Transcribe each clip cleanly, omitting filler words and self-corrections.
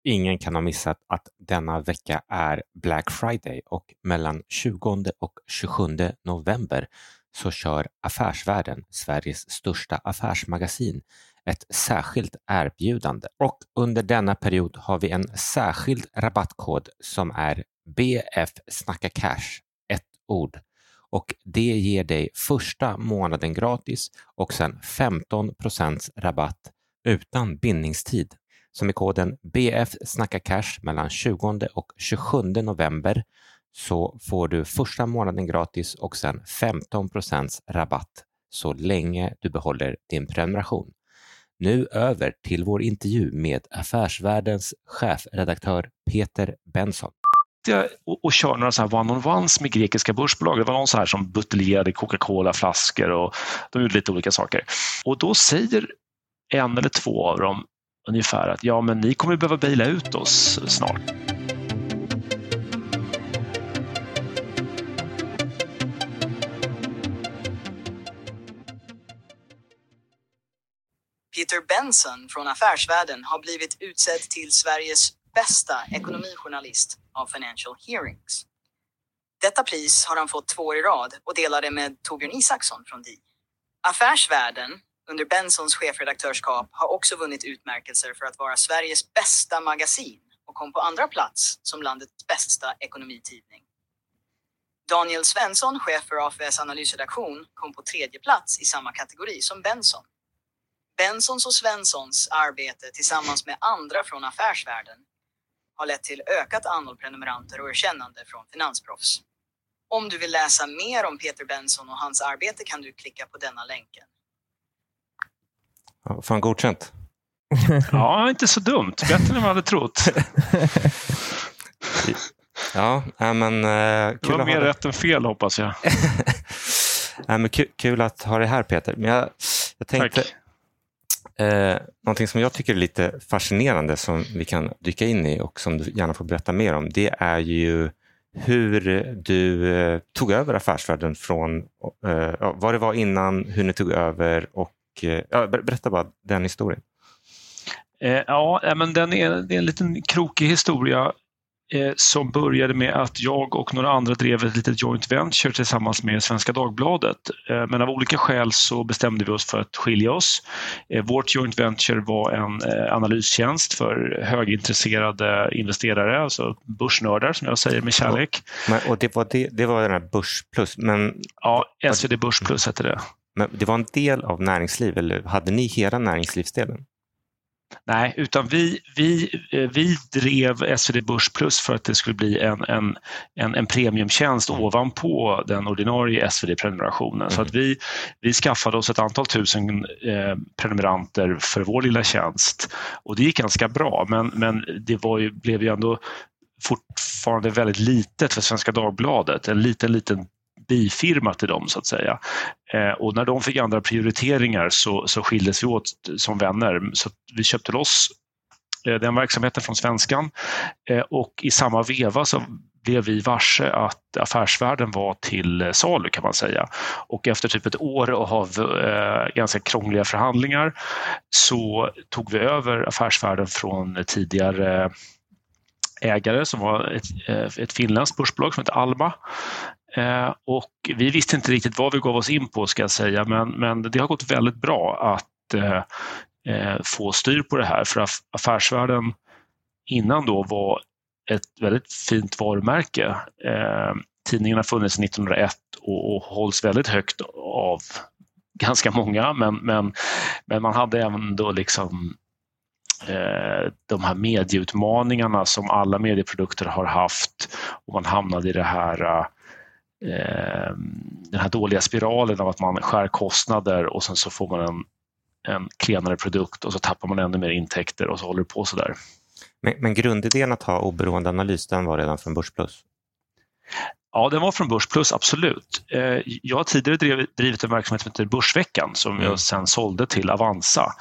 ingen kan ha missat att denna vecka är Black Friday och mellan 20 och 27 november så kör Affärsvärlden, Sveriges största affärsmagasin, ett särskilt erbjudande. Och under denna period har vi en särskild rabattkod som är BF Snacka Cash, ett ord. Och det ger dig första månaden gratis och sen 15% rabatt utan bindningstid. Så med koden BF Snacka Cash mellan 20 och 27 november så får du första månaden gratis och sen 15% rabatt så länge du behåller din prenumeration. Nu över till vår intervju med Affärsvärldens chefredaktör Peter Benson. Och kör några så här one-on-ones med grekiska börsbolag. Det var någon så här som buteljerade Coca-Cola-flaskor och de gjorde lite olika saker. Och då säger en eller två av dem ungefär att ja, men ni kommer behöva baila ut oss snart. Peter Benson från Affärsvärlden har blivit utsedd till Sveriges bästa ekonomijournalist av Financial Hearings. Detta pris har han fått 2 år i rad och delar det med Torbjörn Isaksson från DI. Affärsvärlden under Bensons chefredaktörskap har också vunnit utmärkelser för att vara Sveriges bästa magasin och kom på andra plats som landets bästa ekonomitidning. Daniel Svensson, chef för AFS analysredaktion, kom på 3:e plats i samma kategori som Benson. Bensons och Svenssons arbete tillsammans med andra från affärsvärlden har lett till ökat antal prenumeranter och erkännande från finansproffs. Om du vill läsa mer om Peter Benson och hans arbete kan du klicka på denna länken. Ja, fan godkänt. Ja, inte så dumt. Bättre än man hade trott. Ja, men det var mer rätt än fel, hoppas jag. Men kul att ha dig här, Peter. Men jag tänkte... någonting som jag tycker är lite fascinerande som vi kan dyka in i och som du gärna får berätta mer om, det är ju hur du tog över Affärsvärlden från vad det var innan, hur ni tog över och berätta bara den historien. Ja, men det är en liten krokig historia som började med att jag och några andra drev ett litet joint venture tillsammans med Svenska Dagbladet. Men av olika skäl så bestämde vi oss för att skilja oss. Vårt joint venture var en analystjänst för högintresserade investerare, alltså börsnördar som jag säger med kärlek. Och det var den här Börs Plus? Men, ja, SvD Börs Plus hette det. Men det var en del av näringsliv, eller hade ni hela näringslivsdelen? Nej, utan vi drev SvD Börs Plus för att det skulle bli en premiumtjänst ovanpå den ordinarie SvD-prenumerationen. Så att vi skaffade oss ett antal tusen prenumeranter för vår lilla tjänst. Och det gick ganska bra, men det blev ju ändå fortfarande väldigt litet för Svenska Dagbladet. En liten bifirma till dem så att säga. Och när de fick andra prioriteringar så skildes vi åt som vänner. Så vi köpte loss den verksamheten från Svenskan. Och i samma veva så blev vi varse att Affärsvärlden var till salu kan man säga. Och efter typ ett år av ganska krångliga förhandlingar så tog vi över Affärsvärlden från tidigare ägare som var ett finländskt börsbolag som heter Alma. Och vi visste inte riktigt vad vi gav oss in på ska jag säga, men det har gått väldigt bra att få styr på det här, för Affärsvärlden innan då var ett väldigt fint varumärke. Tidningen har funnits 1901 och hålls väldigt högt av ganska många, men man hade även då liksom de här medieutmaningarna som alla medieprodukter har haft, och man hamnade i det här den här dåliga spiralen av att man skär kostnader och sen så får man en klenare produkt och så tappar man ännu mer intäkter och så håller det på så där. Men grundidén att ha oberoende analys, den var redan från Börs Plus? Ja, den var från Börs Plus, absolut. Jag har tidigare drivit en verksamhet som heter Börsveckan som jag sen sålde till Avanza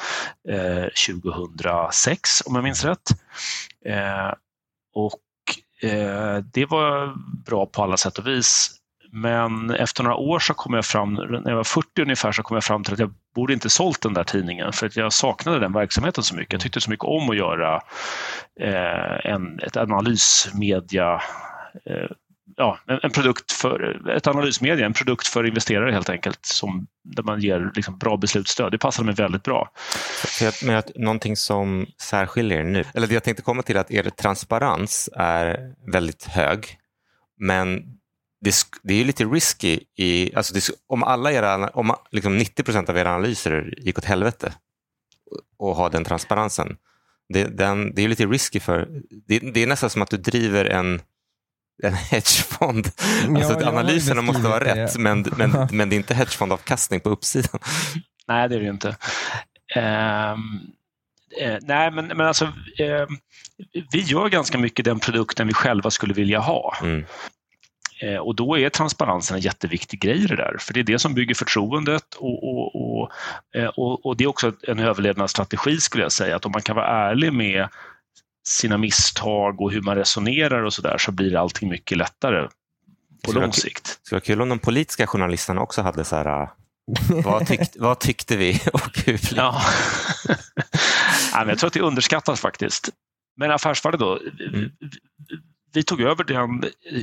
2006 om jag minns rätt. Och det var bra på alla sätt och vis. Men efter några år så kom jag fram, när jag var 40 ungefär, så kom jag fram till att jag borde inte sålt den där tidningen för att jag saknade den verksamheten så mycket. Jag tyckte så mycket om att göra ett analysmedia, en produkt för ett analysmedia, en produkt för investerare helt enkelt, där man ger liksom bra beslutsstöd. Det passade mig väldigt bra. Men någonting som särskiljer nu, eller det jag tänkte komma till, att er transparens är väldigt hög, men det är ju lite risky om liksom 90% av era analyser gick åt helvete och ha den transparensen. Det är ju lite risky det är nästan som att du driver en hedgefond. Analyserna måste vara rätt, men det är inte hedgefondavkastning på uppsidan. Nej, det är det inte. Nej, men alltså vi gör ganska mycket den produkten vi själva skulle vilja ha. Och då är transparensen en jätteviktig grej i det där. För det är det som bygger förtroendet och det är också en överlevnadsstrategi, skulle jag säga. Att om man kan vara ärlig med sina misstag och hur man resonerar och sådär, så blir allting mycket lättare på lång sikt. Det skulle vara kul om de politiska journalisterna också hade så här... vad tyckte vi och hur? Ja. Men jag tror att det underskattas faktiskt. Men Affärsvärlden då, vi tog över den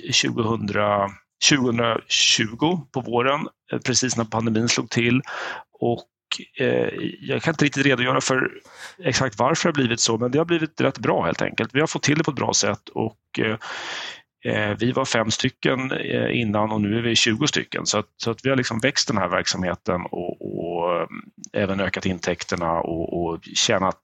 2020 på våren, precis när pandemin slog till, och jag kan inte riktigt redogöra för exakt varför det har blivit så, men det har blivit rätt bra helt enkelt. Vi har fått till det på ett bra sätt och vi var 5 stycken innan och nu är vi 20 stycken. Så att vi har liksom växt den här verksamheten och även ökat intäkterna och tjänat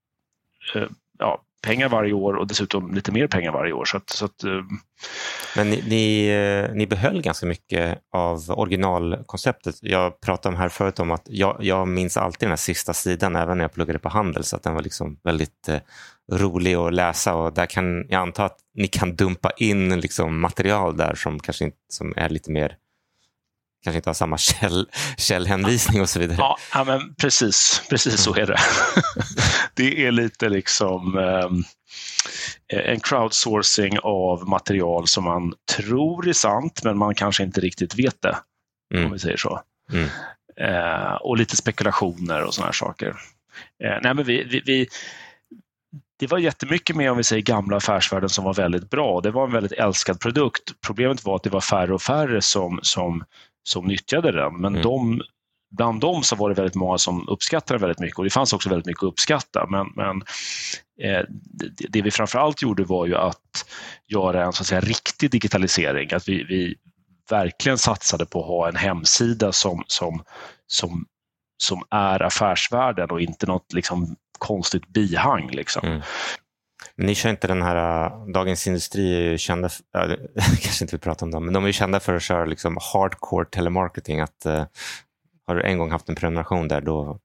pengar varje år och dessutom lite mer pengar varje år. Så att, men ni behöll ganska mycket av originalkonceptet. Jag pratade om här förut om att jag minns alltid den här sista sidan även när jag pluggade på Handel, så att den var liksom väldigt rolig att läsa, och där kan jag anta att ni kan dumpa in liksom material där som kanske inte, som är lite mer, kanske inte har samma källhänvisning och så vidare. Ja, men precis så är det. Det är lite liksom en crowdsourcing av material som man tror är sant, men man kanske inte riktigt vet det, om vi säger så. Och lite spekulationer och såna här saker. Nej, men det var jättemycket med, om vi säger, gamla Affärsvärlden som var väldigt bra. Det var en väldigt älskad produkt. Problemet var att det var färre och färre som nyttjade den. Men bland dem så var det väldigt många som uppskattade väldigt mycket. Och det fanns också väldigt mycket att uppskatta. Men det vi framförallt gjorde var ju att göra en, så att säga, riktig digitalisering. Att vi verkligen satsade på att ha en hemsida som är Affärsvärlden och inte något liksom konstigt bihang liksom. Men ni kör inte den här Dagens Industri är ju kända kanske inte vi pratar om dem, men de är ju kända för att köra liksom hardcore telemarketing, att har du en gång haft en prenumeration där, då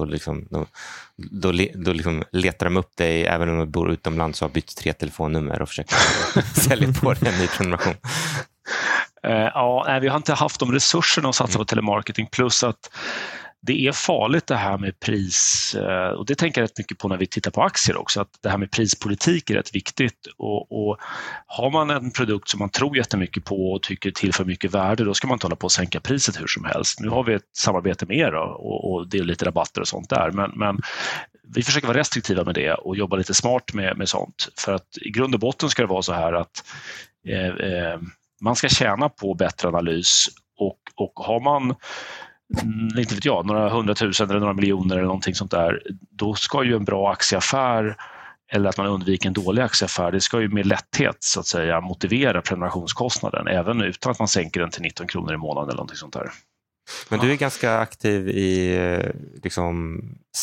letar de upp dig även om du bor utomlands och har bytt 3 telefonnummer och försöker sälja på dig en ny prenumeration. Vi har inte haft de resurserna att satsa på telemarketing, plus att det är farligt det här med pris, och det tänker jag rätt mycket på när vi tittar på aktier också, att det här med prispolitik är rätt viktigt, och har man en produkt som man tror jättemycket på och tycker tillför mycket värde, då ska man inte hålla på att sänka priset hur som helst. Nu har vi ett samarbete med er och det är lite rabatter och sånt där, men vi försöker vara restriktiva med det och jobba lite smart med sånt, för att i grund och botten ska det vara så här att man ska tjäna på bättre analys, och har man inte vet jag, några 100 000 eller några miljoner eller någonting sånt där, då ska ju en bra aktieaffär, eller att man undviker en dålig aktieaffär, det ska ju med lätthet, så att säga, motivera prenumerationskostnaden, även utan att man sänker den till 19 kronor i månaden eller någonting sånt där. Men du är ganska aktiv i liksom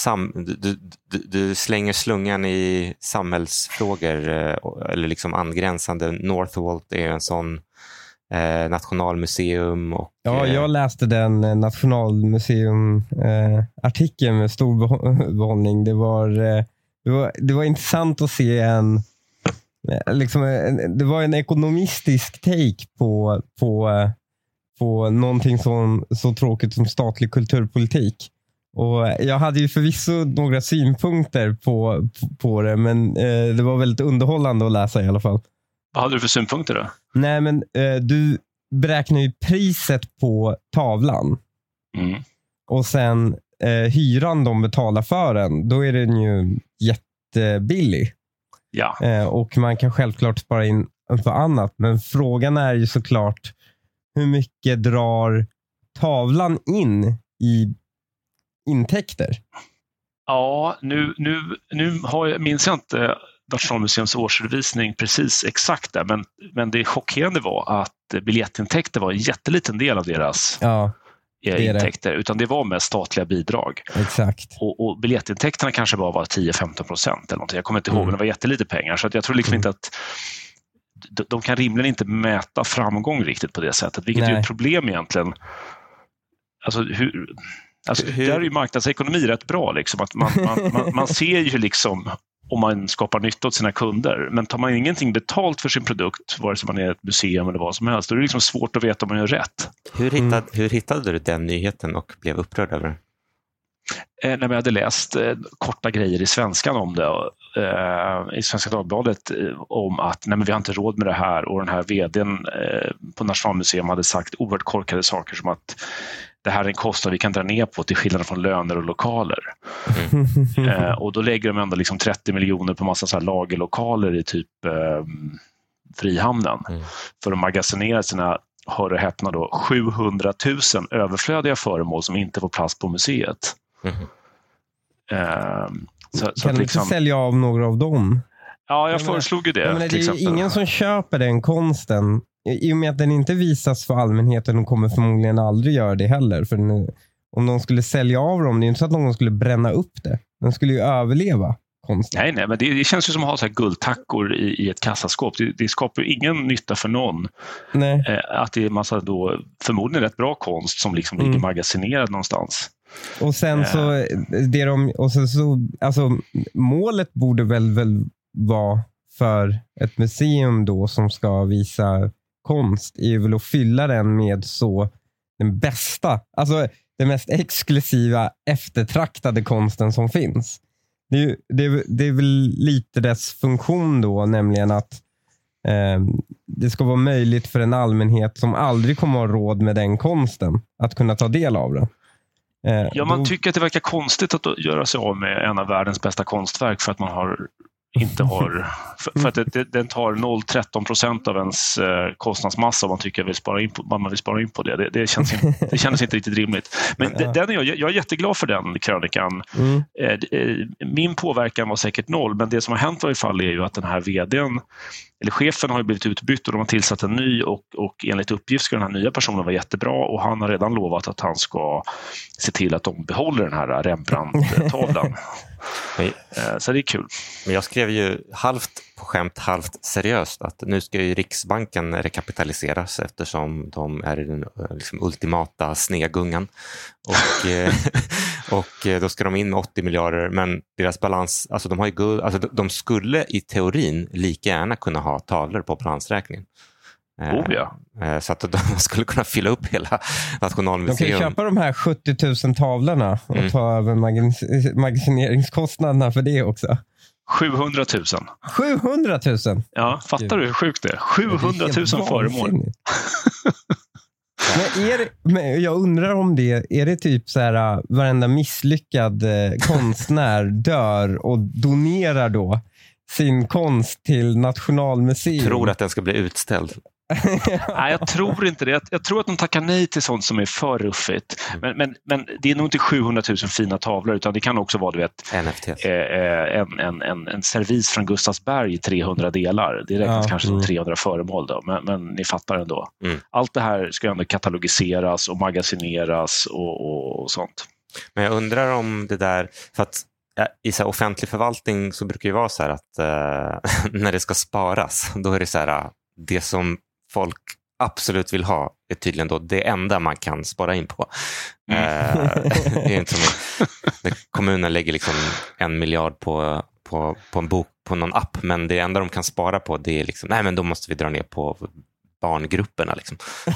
du slänger slungan i samhällsfrågor, eller liksom angränsande. Northvolt är en sån, Nationalmuseum och... Ja, jag läste den Nationalmuseum-artikeln med stor behållning. Det var intressant att se det var en ekonomistisk take på någonting så tråkigt som statlig kulturpolitik. Och jag hade ju förvisso några synpunkter på det, men det var väldigt underhållande att läsa i alla fall. Vad hade du för synpunkter då? Nej, men beräknar ju priset på tavlan. Och sen hyran de betalar för den, då är den ju jättebillig. Ja. Och man kan självklart spara in på annat. Men frågan är ju såklart, hur mycket drar tavlan in i intäkter? Ja, nu minns jag inte Nationalmuseums årsredovisning precis exakt där, men det chockerande var att biljettintäkter var en jätteliten del av deras intäkter, utan det var med statliga bidrag. Exakt. Och biljettintäkterna kanske bara var 10-15% eller någonting. Jag kommer inte ihåg, men det var jättelite pengar. Så att jag tror liksom inte att de kan rimligen inte mäta framgång riktigt på det sättet, vilket är ett problem egentligen. Alltså där är ju marknadsekonomi rätt bra. Liksom. Att man ser ju liksom om man skapar nytta åt sina kunder. Men tar man ingenting betalt för sin produkt, vare sig man är ett museum eller vad som helst, då är det liksom svårt att veta om man gör rätt. Hur hittade du den nyheten och blev upprörd över den? När jag hade läst korta grejer i Svenskan om det, i Svenska Dagbladet, om att nej, men vi har inte råd med det här, och den här vdn på Nationalmuseum hade sagt oerhört korkade saker som att det här är en kostnad vi kan dra ner på till skillnad från löner och lokaler. Och då lägger de ändå liksom 30 miljoner på massa så här lagerlokaler i typ Frihamnen för att magasinera sina, hör och häpna då, 700 000 överflödiga föremål som inte får plats på museet. Kan du inte sälja av några av dem? Ja, jag föreslog ju det. Men det är ju ingen som köper den konsten. I och med att den inte visas för allmänheten, och kommer förmodligen aldrig göra det heller. För om de skulle sälja av dem, det är inte så att någon skulle bränna upp det. Den skulle ju överleva konsten. Nej, men det känns ju som att ha så här guldtackor i ett kassaskåp. Det skapar ju ingen nytta för någon. Nej. Att det är massa då förmodligen rätt bra konst som liksom ligger magasinerad någonstans. Och sen så, alltså målet borde väl vara för ett museum då som ska visa konst, är väl att fylla den med den bästa, alltså den mest exklusiva, eftertraktade konsten som finns. Det är väl lite dess funktion då, nämligen att det ska vara möjligt för en allmänhet som aldrig kommer att ha råd med den konsten att kunna ta del av det. Ja, man tycker att det verkar konstigt att göra sig av med en av världens bästa konstverk för att man inte har, för att den tar 0,13% av ens kostnadsmassa om man tycker man vill spara in på det. Det känns inte riktigt rimligt. Men jag är jätteglad för den krönikan. Min påverkan var säkert 0, men det som har hänt i varje fall är ju att den här vdn, eller chefen, har ju blivit utbytt och de har tillsatt en ny, och enligt uppgift ska den här nya personen vara jättebra, och han har redan lovat att han ska se till att de behåller den här Rembrandt-tavlan. Så det är kul. Men jag skrev ju halvt på skämt, halvt seriöst att nu ska ju Riksbanken rekapitaliseras eftersom de är den liksom ultimata snegungan. Och då ska de in med 80 miljarder, men deras balans, alltså de har ju guld, alltså de skulle i teorin lika gärna kunna ha tavlor på balansräkningen. Så att de skulle kunna fylla upp hela Nationalmuseum. De kan köpa de här 70 000 tavlorna och ta över magasineringskostnaderna för det också. 700 000. 700 000? Ja, fattar du hur sjukt det är? 700 000 föremål. Men jag undrar om är det typ så här, varenda misslyckad konstnär dör och donerar då sin konst till Nationalmuseum? Tror att den ska bli utställd. Nej, jag tror inte det. Jag tror att de tackar nej till sånt som är för ruffigt. Men det är nog inte 700 000 fina tavlor, utan det kan också vara, du vet, en servis från Gustavsberg i 300 delar. Det räknas kanske som 300 föremål då, men ni fattar ändå. Allt det här ska ändå katalogiseras och magasineras och sånt. Men jag undrar om det där, för att i så här offentlig förvaltning så brukar det vara så här att när det ska sparas, då är det så här, det som folk absolut vill ha är tydligen då det enda man kan spara in på. Det är inte som kommunen lägger liksom 1 miljard på en bok, på någon app, men det enda de kan spara på, det är liksom, nej men då måste vi dra ner på barngrupperna liksom.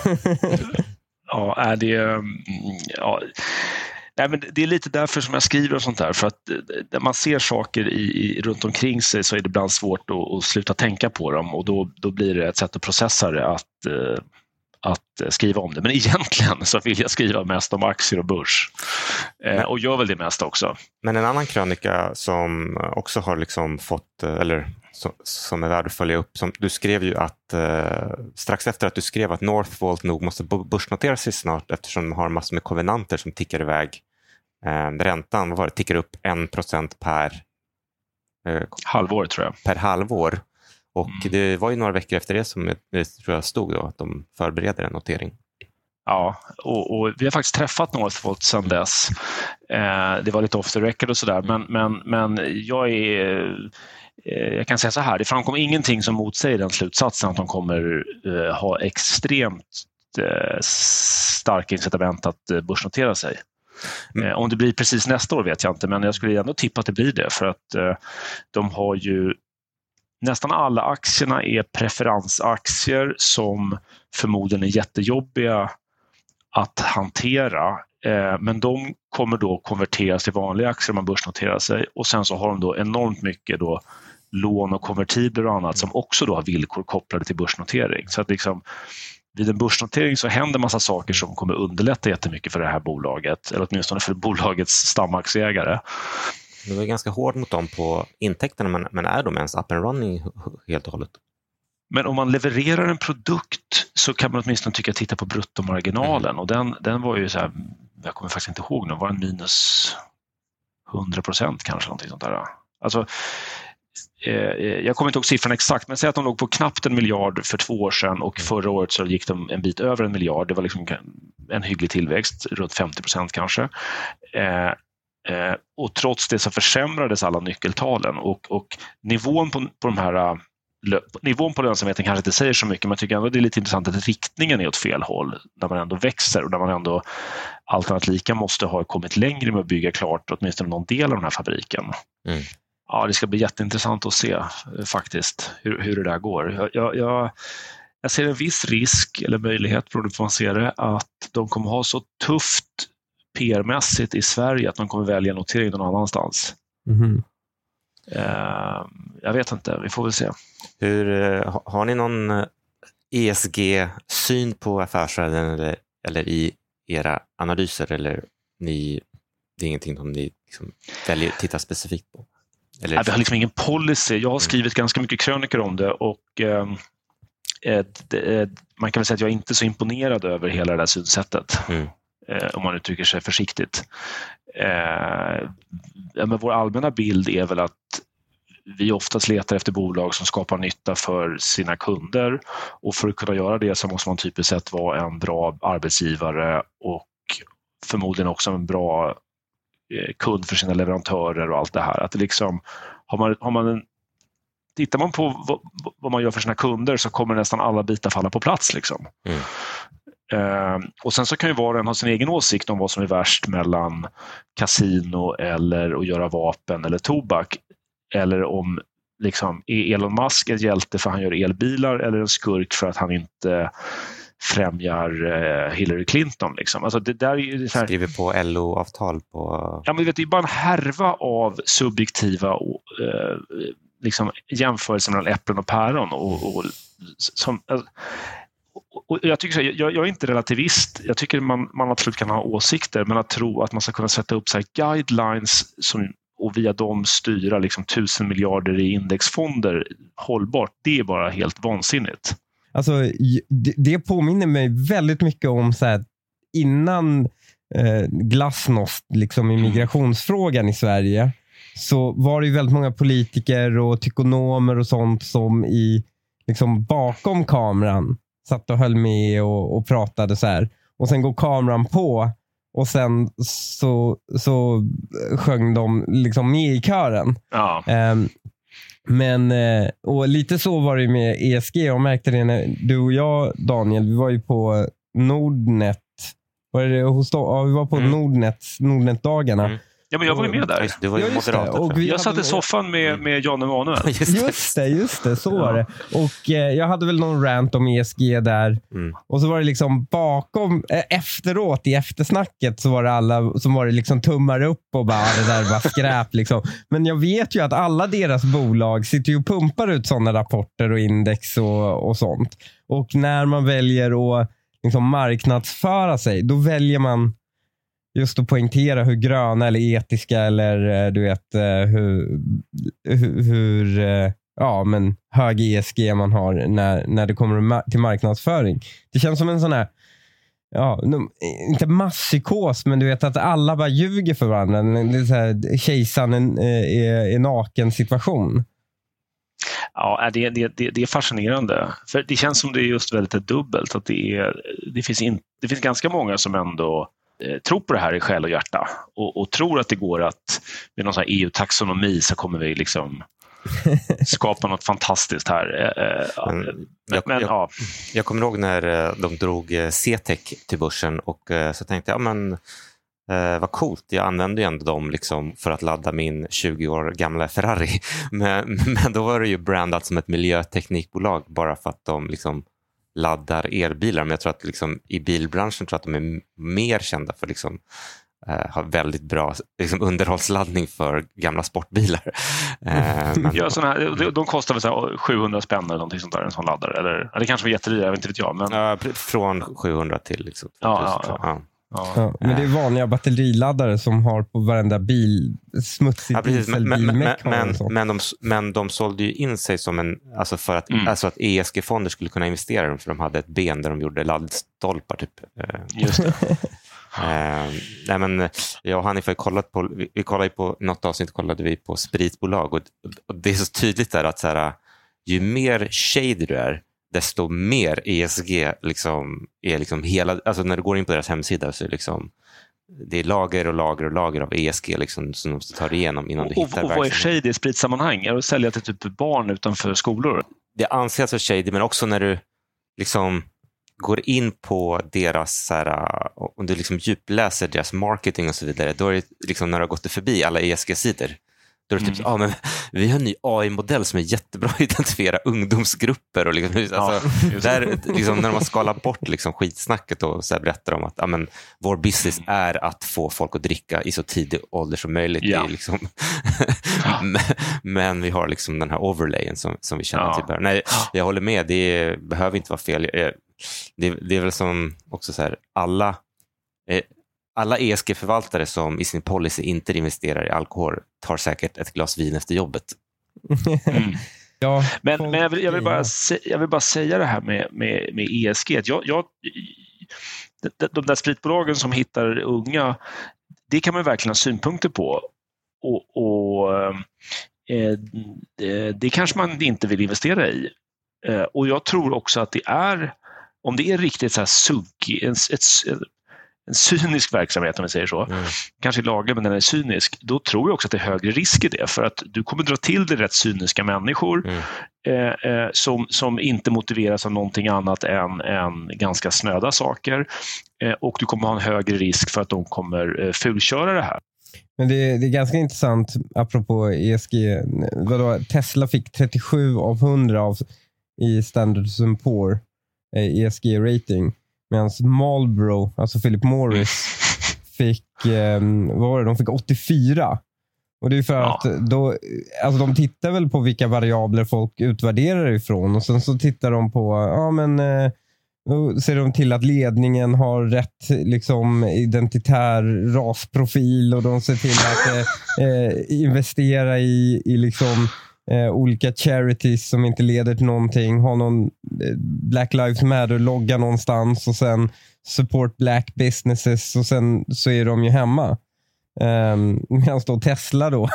Nej, men det är lite därför som jag skriver och sånt där, för att när man ser saker runt omkring sig så är det ibland svårt att sluta tänka på dem, och då blir det ett sätt att processa det, att skriva om det. Men egentligen så vill jag skriva mest om aktier och börs. Och gör väl det mest också. Men en annan krönika som också har liksom fått, eller som är värd att följa upp, som du skrev ju att strax efter att du skrev att Northvolt nog måste börsnotera sig snart eftersom de har massor med kovenanter som tickar iväg. Räntan tickar upp 1% per halvår tror jag. Per halvår. Och det var ju några veckor efter det som det tror jag stod då, att de förbereder en notering. Ja, och vi har faktiskt träffat Northvolt sedan dess. Det var lite off the record och sådär, men jag kan säga så här, det framkom ingenting som motsäger den slutsatsen att de kommer ha extremt starka incitament att börsnotera sig. Om det blir precis nästa år vet jag inte, men jag skulle ändå tippa att det blir det, för att de har ju nästan alla aktierna är preferensaktier som förmodligen är jättejobbiga att hantera, men de kommer då konverteras till vanliga aktier om man börsnoterar sig, och sen så har de då enormt mycket då lån och konvertibler och annat som också då har villkor kopplade till börsnotering. Så att liksom, vid en börsnotering så händer massa saker som kommer underlätta jättemycket för det här bolaget, eller åtminstone för bolagets stamaktieägare. Det var ganska hård mot dem på intäkterna, men är de ens up and running helt och hållet? Men om man levererar en produkt så kan man åtminstone tycka att titta på bruttomarginalen, och den var ju så här, jag kommer faktiskt inte ihåg nu, var den minus 100% kanske, någonting sånt där. Alltså, jag kommer inte ihåg siffran exakt, men säg att de låg på knappt 1 miljard för 2 år sedan, och förra året så gick de en bit över 1 miljard. Det var liksom en hygglig tillväxt, runt 50% kanske. Och trots det så försämrades alla nyckeltalen, och nivån på de här nivån på lönsamheten kanske inte säger så mycket, men jag tycker ändå det är lite intressant att riktningen är åt fel håll när man ändå växer, och när man ändå alternativt lika måste ha kommit längre med att bygga klart åtminstone någon del av den här fabriken. Ja, det ska bli jätteintressant att se faktiskt hur det där går. Jag ser en viss risk eller möjlighet, beroende på hur man ser det, att de kommer ha så tufft PR-mässigt i Sverige att de kommer välja notering någon annanstans. Jag vet inte, vi får väl se. Har ni någon ESG-syn på affärsvärlden eller i era analyser, eller det är ingenting som ni liksom väljer att titta specifikt på? Eller? Vi har liksom ingen policy. Jag har skrivit ganska mycket krönikor om det, och man kan väl säga att jag är inte så imponerad över hela det där synsättet. Om man uttrycker sig försiktigt. Men vår allmänna bild är väl att vi oftast letar efter bolag som skapar nytta för sina kunder, och för att kunna göra det så måste man typiskt sett vara en bra arbetsgivare och förmodligen också en bra kund för sina leverantörer och allt det här. Att det liksom, tittar man på vad man gör för sina kunder så kommer nästan alla bitar falla på plats liksom. Och sen så kan ju var och en ha sin egen åsikt om vad som är värst mellan kasino eller att göra vapen eller tobak, eller om liksom, är Elon Musk en hjälte för att han gör elbilar, eller en skurk för att han inte främjar Hillary Clinton liksom. Alltså det där är ju så här, skriver på LO-avtal på... Ja, men vet, det är bara en härva av subjektiva liksom jämförelser mellan äpplen och päron, och jag tycker så här, jag är inte relativist. Jag tycker man absolut kan ha åsikter, men att tro att man ska kunna sätta upp så här guidelines och via dem styra liksom 1000 miljarder i indexfonder hållbart, det är bara helt vansinnigt. Alltså, det påminner mig väldigt mycket om så här, innan glasnost liksom i migrationsfrågan i Sverige, så var det ju väldigt många politiker och ekonomer och sånt som liksom bakom kameran satt och höll med och pratade så här. Och sen går kameran på, och sen så sjöng de liksom med i kören. Ja. Men och lite så var det med ESG. Jag märkte det när du och jag, Daniel, vi var ju på Nordnet. Vi var på Nordnet-dagarna. Ja, men jag var ju med där. Det var ju moderater. Jag satt i soffan med Jan Emanuel. Just det, så var det. Och jag hade väl någon rant om ESG där. Och så var det liksom bakom, efteråt i eftersnacket så var det alla som var det liksom tummar upp och bara, det där var skräp liksom. Men jag vet ju att alla deras bolag sitter ju och pumpar ut sådana rapporter och index och sånt. Och när man väljer att liksom marknadsföra sig, då väljer man just att poängtera hur gröna eller etiska eller du vet hur men hög ESG man har när det kommer till marknadsföring. Det känns som en sån här inte masspsykos, men du vet att alla bara ljuger för varandra. Det är så här, kejsaren är naken situation. Ja, det är fascinerande. För det känns som det är just väldigt dubbelt. Att det finns ganska många som ändå tror på det här i själ och hjärta. Och tror att det går att med någon sån här EU-taxonomi så kommer vi liksom skapa något fantastiskt här. Jag kommer ihåg när de drog CTEC till börsen och så tänkte jag, vad coolt, jag använde ju ändå dem liksom för att ladda min 20 år gamla Ferrari. Men då var det ju brandat som ett miljöteknikbolag bara för att de liksom laddar elbilar. Men jag tror att liksom, i bilbranschen tror jag att de är mer kända för liksom har väldigt bra liksom, underhållsladdning för gamla sportbilar. De kostar väl så här 700 spänn eller någonting sånt där, en sån laddare. Eller det kanske var jättedyrt, jag vet inte jag. Men... från 700 till liksom, 2000. Ja, men det är vanliga batteriladdare som har på varenda bil smutsig dieselbilmäck. Men de sålde ju in sig som en, alltså för att, alltså att ESG-fonder skulle kunna investera dem, för de hade ett ben där de gjorde laddstolpar typ. Just det. Nej, men jag och Hanif har vi kollade på något avsnitt, kollade vi på spritbolag och det är så tydligt där att så här, ju mer shady du är, desto mer ESG liksom är liksom hela, alltså när du går in på deras hemsida så är liksom det är lager och lager och lager av ESG liksom, som de tar igenom innan du hittar. Och vad är shady i spritsammanhang? Är det att sälja till typ barn utanför skolor? Det anses som shady, men också när du liksom går in på deras så här, om du liksom djupläser deras marketing och så vidare, då är det liksom när du har gått förbi alla ESG-sidor. Då är det typ men vi har en ny AI-modell som är jättebra att identifiera ungdomsgrupper och liksom, där, liksom, när de har skalat bort liksom, skitsnacket och så här berättar de att vår business är att få folk att dricka i så tidig ålder som möjligt. Liksom. Men vi har liksom den här overlayen som vi känner till. Nej, jag håller med, det behöver inte vara fel. Det är väl som också så här, alla ESG-förvaltare som i sin policy inte investerar i alkohol tar säkert ett glas vin efter jobbet. Ja, men jag vill bara säga det här med ESG. De där spritbolagen som hittar unga, det kan man verkligen ha synpunkter på. Och det kanske man inte vill investera i. Och jag tror också att det är, om det är riktigt så här en cynisk verksamhet, om vi säger så, kanske laglig men den är cynisk, då tror jag också att det är högre risk i det, för att du kommer dra till dig rätt cyniska människor som inte motiveras av någonting annat än ganska snöda saker, och du kommer ha en högre risk för att de kommer fulköra det här. Men det är ganska intressant apropå ESG. Tesla fick 37 av 100 i Standard & Poor ESG-rating. Medan Marlboro, alltså Philip Morris, fick, de fick 84. Och det är för att de tittar väl på vilka variabler folk utvärderar ifrån. Och sen så tittar de på, då ser de till att ledningen har rätt liksom, identitär rasprofil. Och de ser till att investera i liksom olika charities som inte leder till någonting, ha någon Black Lives Matter-logga någonstans och sen support black businesses, och sen så är de ju hemma. Medan då Tesla då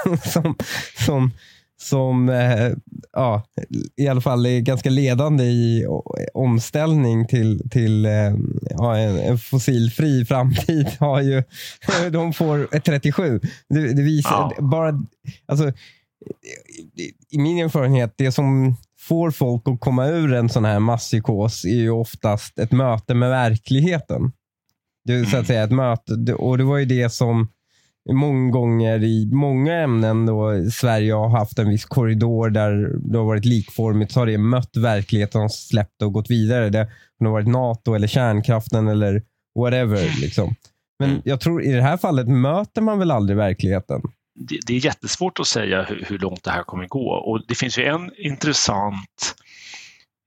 som i alla fall är ganska ledande i omställning till en fossilfri framtid, har ju de får ett 37. Det visar bara, alltså i min erfarenhet, det som får folk att komma ur en sån här masspsykos är ju oftast ett möte med verkligheten. Det är så att säga ett möte, och det var ju det som många gånger i många ämnen då Sverige har haft en viss korridor där det har varit likformigt, så har det mött verkligheten och släppt och gått vidare. Det har varit NATO eller kärnkraften eller whatever liksom. Men jag tror i det här fallet möter man väl aldrig verkligheten. Det är jättesvårt att säga hur långt det här kommer gå. Och det finns ju en intressant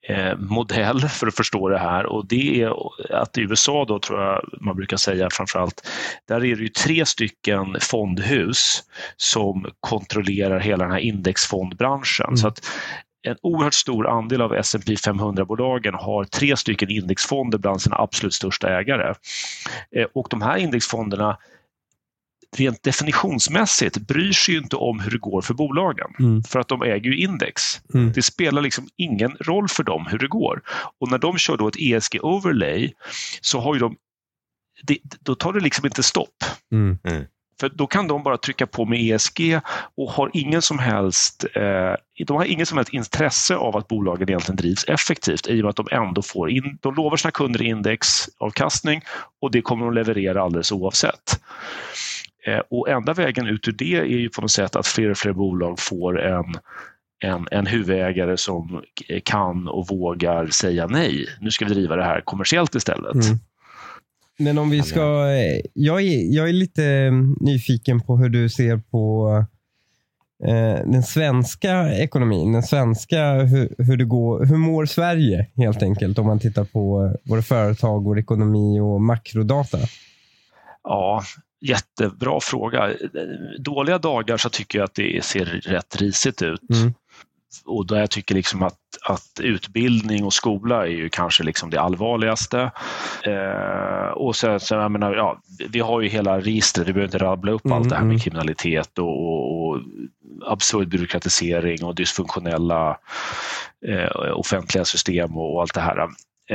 modell för att förstå det här, och det är att i USA då, tror jag man brukar säga framförallt, där är det ju 3 stycken fondhus som kontrollerar hela den här indexfondbranschen. Så att en oerhört stor andel av S&P 500-bolagen har 3 stycken indexfonder bland sina absolut största ägare. Och de här indexfonderna rent definitionsmässigt bryr sig ju inte om hur det går för bolagen. För att de äger ju index. Det spelar liksom ingen roll för dem hur det går. Och när de kör då ett ESG-overlay så har ju då tar det liksom inte stopp. För då kan de bara trycka på med ESG och har ingen som helst intresse av att bolagen egentligen drivs effektivt, i och med att de ändå de lovar sina kunder indexavkastning, och det kommer de leverera alldeles oavsett. Och enda vägen ut ur det är ju på något sätt att fler och fler bolag får en huvudägare som kan och vågar säga nej. Nu ska vi driva det här kommersiellt istället. Men om vi ska... Jag är lite nyfiken på hur du ser på den svenska ekonomin. Den svenska, hur det går. Hur mår Sverige helt enkelt, om man tittar på våra företag, vår ekonomi och makrodata? Ja, jättebra fråga. Dåliga dagar så tycker jag att det ser rätt risigt ut. Och där jag tycker liksom att utbildning och skola är ju kanske liksom det allvarligaste. Och så jag menar, vi har ju hela registret, vi behöver inte rabbla upp allt det här med kriminalitet och absurd byråkratisering och dysfunktionella offentliga system och allt det här.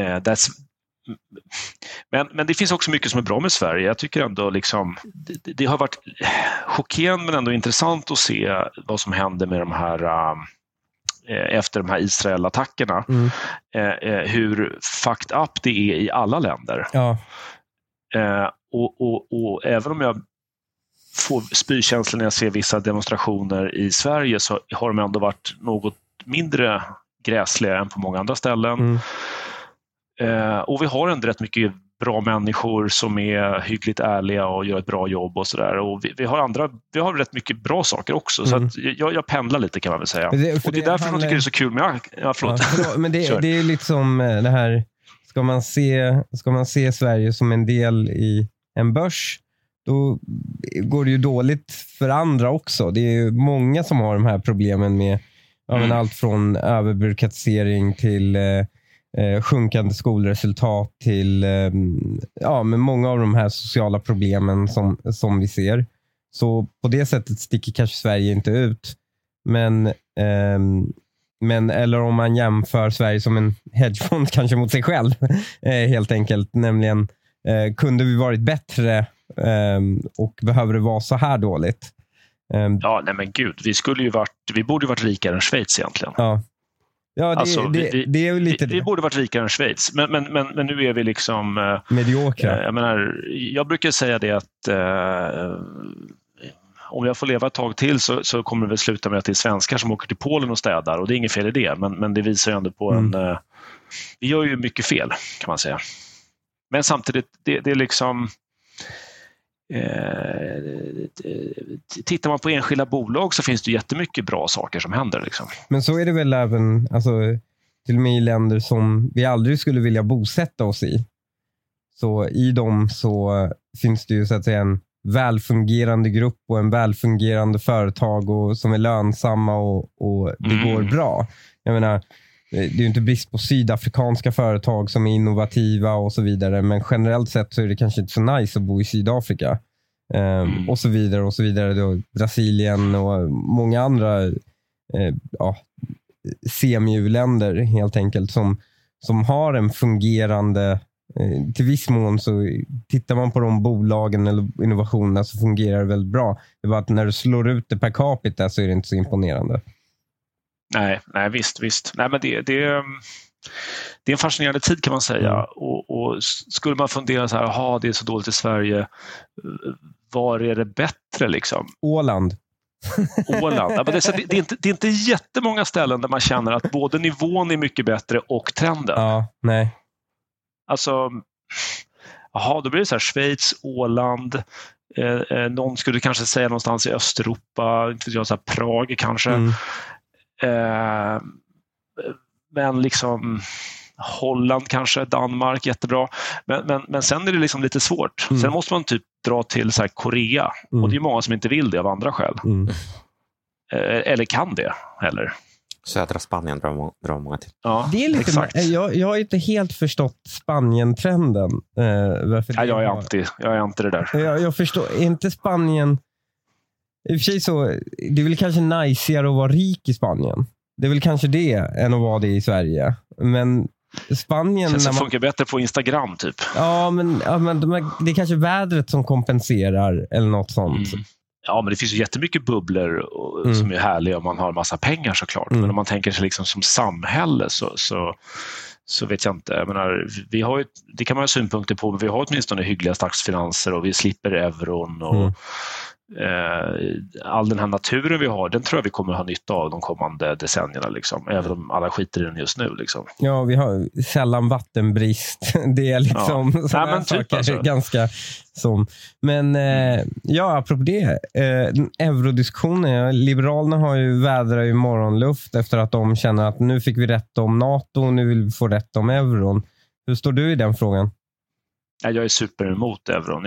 Men det finns också mycket som är bra med Sverige. Jag tycker ändå liksom, det har varit chockerande men ändå intressant att se vad som händer med de här efter de här Israel-attackerna. Hur fucked up det är i alla länder. Ja. Och även om jag får spykänslan när jag ser vissa demonstrationer i Sverige, så har de ändå varit något mindre gräsliga än på många andra ställen. Och vi har ändå rätt mycket bra människor som är hyggligt ärliga och gör ett bra jobb och sådär. Och vi har rätt mycket bra saker också. Så att jag pendlar lite, kan man väl säga. Och det är därför jag tycker det är så kul med... Men det är liksom det här... Ska man se Sverige som en del i en börs, då går det ju dåligt för andra också. Det är ju många som har de här problemen med allt från överbyråkratisering till sjunkande skolresultat till med många av de här sociala problemen som vi ser. Så på det sättet sticker kanske Sverige inte ut. Men eller om man jämför Sverige som en hedgefond kanske mot sig själv helt enkelt, nämligen kunde vi varit bättre och behöver det vara så här dåligt? Ja, nej men gud, vi borde varit rikare än Schweiz egentligen. Ja, det är ju lite vi borde varit rikare än Schweiz, men nu är vi liksom mediokra. Jag brukar säga det att om jag får leva ett tag till så kommer det väl sluta med att det är svenskar som åker till Polen och städar, och det är inget fel i det, men det visar ju ändå på vi gör ju mycket fel, kan man säga. Men samtidigt, det är liksom tittar man på enskilda bolag så finns det jättemycket bra saker som händer liksom. Men så är det väl även till och med i länder som vi aldrig skulle vilja bosätta oss i. Så i dem så finns det ju så att säga en välfungerande grupp och en välfungerande företag och som är lönsamma och det går bra. Jag menar, det är ju inte brist på sydafrikanska företag som är innovativa och så vidare, men generellt sett så är det kanske inte så nice att bo i Sydafrika. Och så vidare och så vidare då, Brasilien och många andra semi-u-länder helt enkelt som har en fungerande, till viss mån så tittar man på de bolagen eller innovationerna så fungerar det väldigt bra. Det var att när du slår ut det per capita så är det inte så imponerande. Nej, visst. Nej, men det är en fascinerande tid, kan man säga. Och skulle man fundera så här, det är så dåligt i Sverige, var är det bättre liksom? Åland. Ja, men det är inte jättemånga ställen där man känner att både nivån är mycket bättre och trenden. Ja, nej. Alltså, då blir det så här Schweiz, Åland, någon skulle kanske säga någonstans i Östeuropa, inte vet jag, så här Prag kanske. men liksom Holland kanske, Danmark jättebra. Men sen är det liksom lite svårt. Sen måste man typ dra till så här Korea. Och det är många som inte vill det av andra skäl. Eller kan det heller. Södra Spanien drar många till. Ja, det är lite exakt. Jag har inte helt förstått Spanien-trenden. Jag är anti det där. Jag förstår inte Spanien. I och för sig så, det är väl kanske najsigare att vara rik i Spanien. Det är väl kanske det än att vara det i Sverige. Men Spanien... Det funkar bättre på Instagram typ. Ja, men det är kanske vädret som kompenserar eller något sånt. Ja, men det finns ju jättemycket bubblor som är härliga om man har massa pengar såklart. Men om man tänker sig liksom som samhälle så vet jag inte. Jag menar, det kan man ha synpunkter på, men vi har åtminstone hyggliga statsfinanser och vi slipper euron och all den här naturen vi har, den tror jag vi kommer ha nytta av de kommande decennierna liksom, även om alla skiter i den just nu liksom. Ja, vi har sällan vattenbrist. Det är liksom typ alltså. Ganska som. Men apropå det, eurodiskussionen, Liberalerna vädrar ju morgonluft efter att de känner att nu fick vi rätt om NATO och nu vill vi få rätt om euron. Hur står du i den frågan? Jag är super emot euron.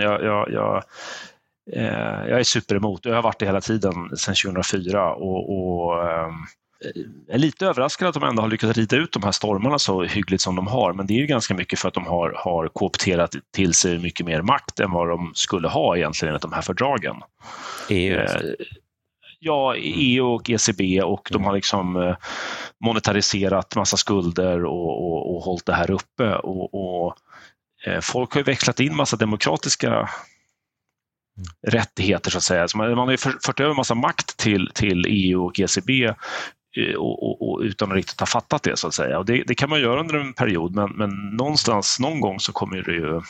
Jag är super emot. Jag har varit det hela tiden sedan 2004 och är lite överraskad att de ändå har lyckats rida ut de här stormarna så hyggligt som de har. Men det är ju ganska mycket för att de har koopterat till sig mycket mer makt än vad de skulle ha egentligen enligt de här fördragen. EU. Ja, EU och ECB, och de har liksom monetariserat massa skulder och hållit det här uppe. Och folk har ju växlat in massa demokratiska rättigheter så att säga. Så man har ju fört över massa makt till EU och ECB och utan att riktigt ha fattat det så att säga. Och det kan man göra under en period, men någonstans, någon gång så kommer det ju...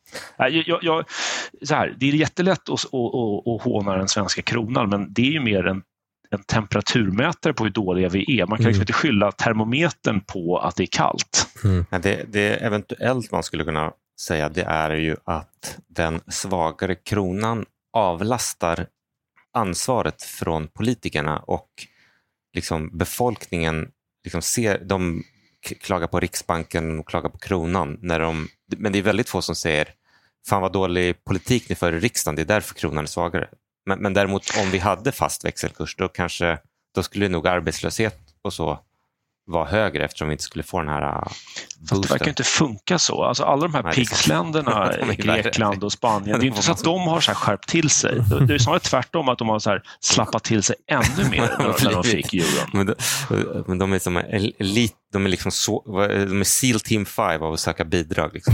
Så här, det är jättelätt att håna den svenska kronan, men det är ju mer en temperaturmätare på hur dåliga vi är. Man kan liksom inte skylla termometern på att det är kallt. Det eventuellt man skulle kunna säga, det är ju att den svagare kronan avlastar ansvaret från politikerna, och liksom befolkningen liksom de klagar på Riksbanken och klagar på kronan men det är väldigt få som säger fan vad dålig politik ni för i riksdagen, det är därför kronan är svagare. Men däremot om vi hade fast växelkurs då skulle nog arbetslöshet och så vara högre, eftersom vi inte skulle få den här boosten. Det verkar inte funka så. Alltså alla de här pigsländerna, Grekland och Spanien, det är inte så att de har så här skärpt till sig. Det är snarare tvärtom att de har så här slappat till sig ännu mer när de fick euron. Men de är som elit, de är liksom de är SEAL Team 5 av att söka bidrag liksom.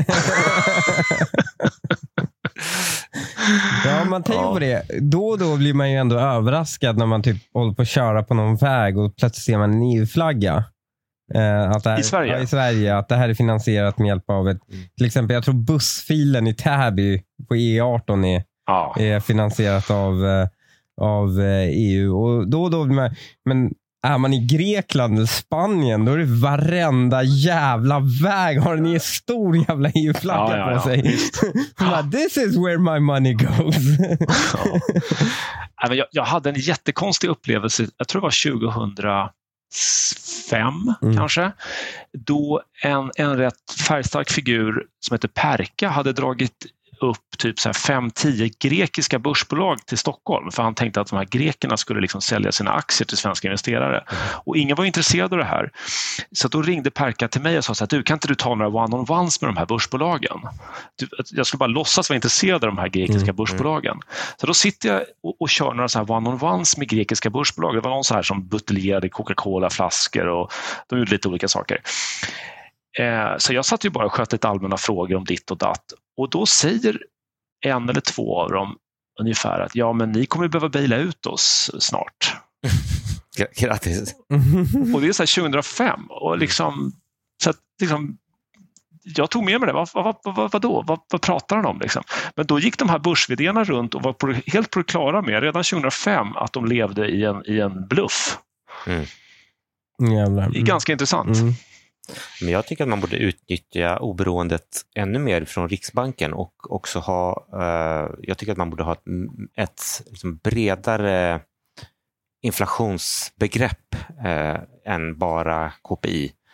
Ja, man tänker på det. Då och då blir man ju ändå överraskad när man typ håller på att köra på någon väg och plötsligt ser man en EU-flagga. I Sverige? Ja, i Sverige. Att det här är finansierat med hjälp av till exempel, jag tror bussfilen i Täby på E18 är finansierat av EU. Och då blir man... Men är man i Grekland eller Spanien, då är det varenda jävla väg har en stor jävla EU-flagga på sig. This is where my money goes. Jag hade en jättekonstig upplevelse, jag tror det var 2005 kanske, då en rätt färgstark figur som heter Perka hade dragit upp typ 5-10 grekiska börsbolag till Stockholm, för han tänkte att de här grekerna skulle liksom sälja sina aktier till svenska investerare. Och ingen var intresserad av det här. Så då ringde Perka till mig och sa så här, kan inte du ta några one-on-ones med de här börsbolagen? Jag skulle bara låtsas vara intresserad av de här grekiska börsbolagen. Så då sitter jag och kör några så här one-on-ones med grekiska börsbolag. Det var någon så här som buteljerade Coca-Cola-flaskor och de gjorde lite olika saker. Så jag satt ju bara och sköt lite allmänna frågor om ditt och datt. Och då säger en eller två av dem ungefär att men ni kommer behöva baila ut oss snart. Grattis. Och det är så här 2005. Och liksom, så att, liksom, jag tog med mig det. Vad pratar han om? Liksom? Men då gick de här börsvd:arna runt och var helt på det klara med redan 2005 att de levde i en bluff. Jävlar. Det är ganska intressant. Men jag tycker att man borde utnyttja oberoendet ännu mer från Riksbanken, och också jag tycker att man borde ha ett liksom bredare inflationsbegrepp än bara KPI.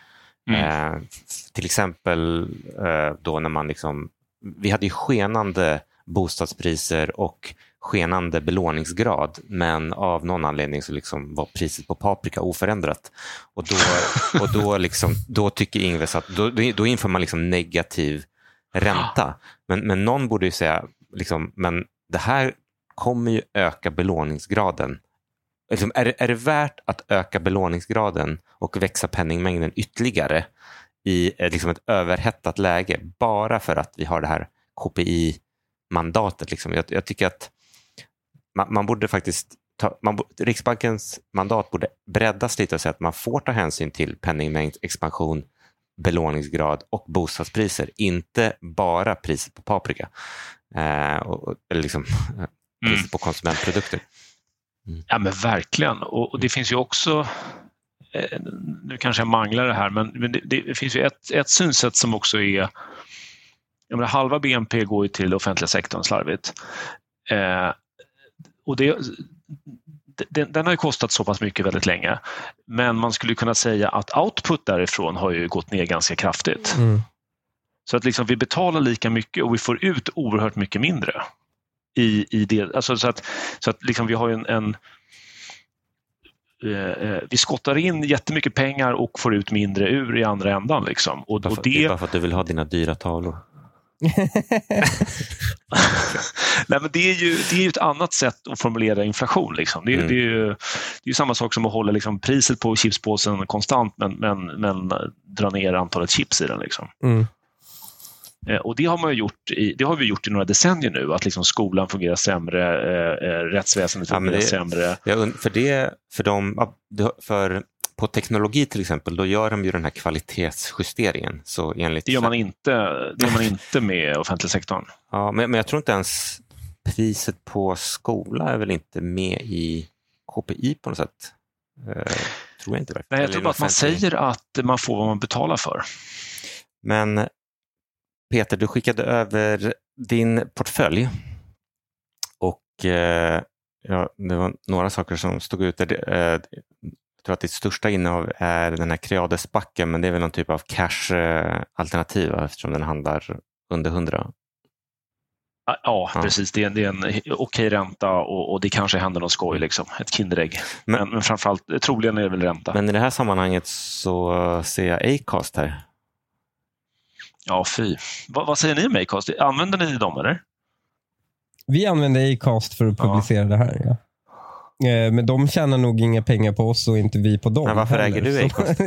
Till exempel då när man liksom, vi hade ju skenande bostadspriser och skenande belåningsgrad, men av någon anledning så liksom var priset på paprika oförändrat. Och då tycker Ingves att då inför man liksom negativ ränta. Men någon borde ju säga liksom, men det här kommer ju öka belåningsgraden. Liksom, är det värt att öka belåningsgraden och växa penningmängden ytterligare i liksom ett överhettat läge bara för att vi har det här KPI-mandatet? Liksom. Jag tycker att man borde faktiskt Riksbankens mandat borde breddas lite och säga att man får ta hänsyn till penningmängd, expansion, belåningsgrad och bostadspriser, inte bara priset på paprika eller liksom priset på konsumentprodukter. Ja, men verkligen. Och det finns ju också, nu kanske jag manglar det här, men det finns ju ett synsätt som också är, jag menar, halva BNP går ju till offentliga sektorn slarvigt. Och den har ju kostat så pass mycket väldigt länge. Men man skulle kunna säga att output därifrån har ju gått ner ganska kraftigt. Så att liksom vi betalar lika mycket och vi får ut oerhört mycket mindre i det. Alltså så att liksom vi har ju vi skottar in jättemycket pengar och får ut mindre ur i andra ändan. Liksom. Det är bara för att du vill ha dina dyra tavlor. Nej, men det är ju ett annat sätt att formulera inflation. Liksom. Det är ju samma sak som att hålla liksom priset på chipspåsen konstant men dra ner antalet chips i den. Liksom. Och det har vi gjort i några decennier nu, att liksom skolan fungerar sämre, rättsväsendet fungerar sämre. På teknologi till exempel, då gör de ju den här kvalitetsjusteringen. Så enligt det gör man inte med offentlig sektorn. Ja, men jag tror inte ens priset på skola är väl inte med i KPI på något sätt. Tror jag inte. Nej, jag tror bara att man säger att man får vad man betalar för. Men Peter, du skickade över din portfölj och det var några saker som stod ut där. Jag tror att ditt största innehav är den här Creades-backen, men det är väl någon typ av cash-alternativ eftersom den handlar under 100. Ja, precis. Det är en okej ränta och det kanske händer någon skoj, liksom. Ett kinderägg. Men framförallt, troligen är det väl ränta. Men i det här sammanhanget så ser jag Acast här. Ja, fy. Vad säger ni om Acast? Använder ni dem, eller? Vi använder Acast för att publicera det här, ja. Men de tjänar nog inga pengar på oss och inte vi på dem. Men varför heller. äger du Acast?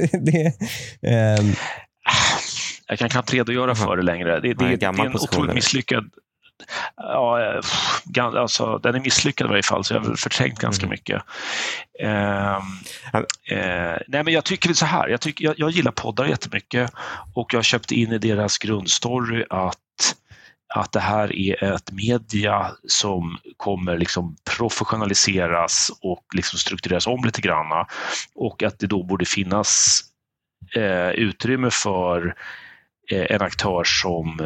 Jag kan knappt redogöra för det längre. Det är en otroligt misslyckad... Ja, alltså, den är misslyckad i varje fall, så jag har väl förträngt ganska mycket. Nej, men jag tycker så här. Jag gillar poddar jättemycket och jag köpte in i deras grundstory att det här är ett media som kommer liksom professionaliseras och liksom struktureras om lite grann, och att det då borde finnas utrymme för en aktör som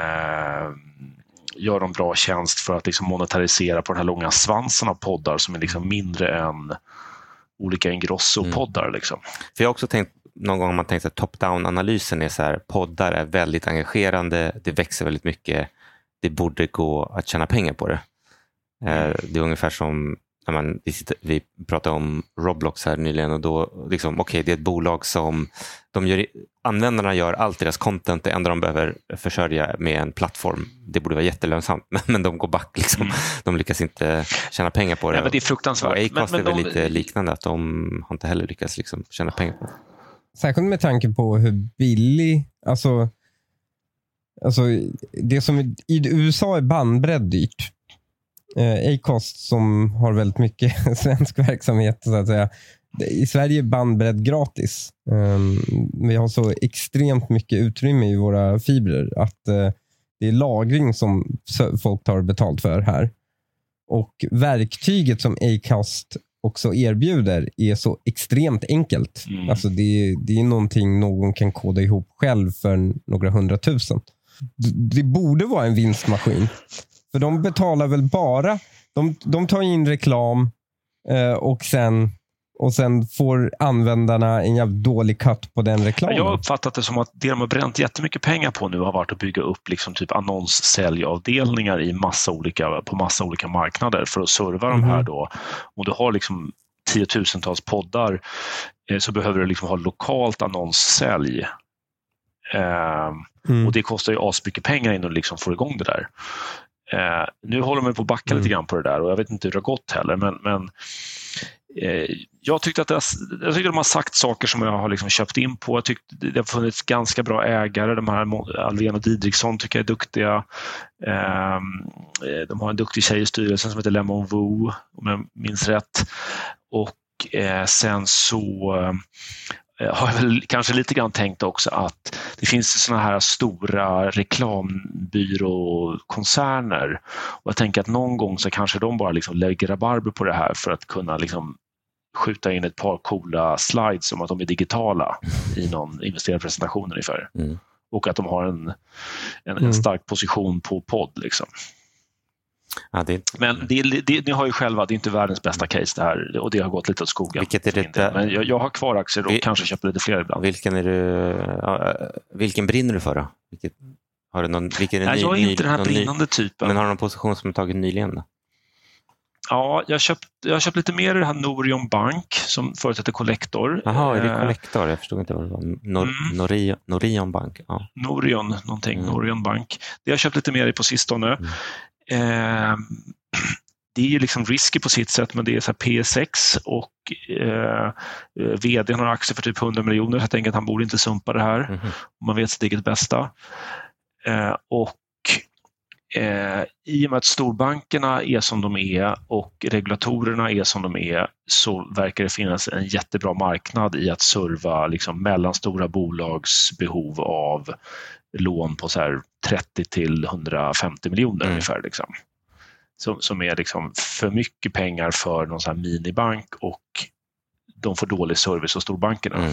gör en bra tjänst för att liksom monetarisera på den här långa svansen av poddar som är liksom mindre än olika Ingrosso-poddar. Liksom. För jag har också tänkt, någon gång har man tänkt att top-down-analysen är så här, poddar är väldigt engagerande, det växer väldigt mycket, det borde gå att tjäna pengar på det. Det är ungefär som när vi pratade om Roblox här nyligen, och då liksom, okej, det är ett bolag som användarna gör allt deras content, det enda de behöver försörja med en plattform. Det borde vara jättelönsamt, men de går back liksom. De lyckas inte tjäna pengar på det. Nej, men det är fruktansvärt. Och Acast är väl lite liknande, att de har inte heller lyckats liksom tjäna pengar på det. Särskilt med tanke på hur billig, alltså det som i USA är bandbredd dyrt. Acast som har väldigt mycket svensk verksamhet, så att säga. I Sverige är bandbredd gratis. Vi har så extremt mycket utrymme i våra fibrer att det är lagring som folk tar betalt för här. Och verktyget som Acast också erbjuder är så extremt enkelt. Alltså det är någonting någon kan koda ihop själv för några 100 000. Det borde vara en vinstmaskin. För de betalar väl bara, de tar in reklam och sen och sen får användarna en jävligt dålig cut på den reklamen. Jag har uppfattat det som att det de har bränt jättemycket pengar på nu har varit att bygga upp liksom typ annonssäljavdelningar på massa olika marknader för att serva de här då. Och du har liksom tiotusentals poddar, så behöver du liksom ha lokalt annonssälj. Och det kostar ju asmycket pengar innan du liksom får igång det där. Nu håller man på att backa lite grann på det där, och jag vet inte hur det har gått heller, men jag tyckte att de har sagt saker som jag har liksom köpt in på. Jag tyckte det har funnits ganska bra ägare. De här Alvén och Didriksson tycker jag är duktiga. De har en duktig tjej i styrelsen som heter Lemon Wu, om jag minns rätt. Och sen så har jag väl kanske lite grann tänkt också att det finns såna här stora reklambyråkoncerner, och jag tänker att någon gång så kanske de bara liksom lägger rabarber på det här för att kunna liksom skjuta in ett par coola slides om att de är digitala i någon investerarpresentation ungefär. Och att de har en stark position på podd liksom. Ja, men ni har ju själva, det är inte världens bästa case det här, och det har gått lite åt skogen. Vilket är det men jag har kvar aktier och kanske köper lite fler ibland. Vilken brinner du för då? Har du någon, jag är inte den här brinnande typen. Men har du någon position som du tagit nyligen då? Ja, jag har köpt lite mer i det här Norion Bank som förut hette Collector. Jaha, är det Collector? Jag förstod inte vad det var. Norion Bank. Ja. Norion Bank. Det har jag köpt lite mer i på sistone. Det är ju liksom risky på sitt sätt, men det är så här P6 och vdn har aktier för typ 100 miljoner. Jag tänker att han borde inte sumpa det här. Man vet sitt eget bästa. I och med att storbankerna är som de är och regulatorerna är som de är, så verkar det finnas en jättebra marknad i att serva liksom mellanstora bolags behov av lån på så här 30 till 150 miljoner ungefär liksom. Som är liksom för mycket pengar för någon sån här minibank, och de får dålig service hos storbankerna.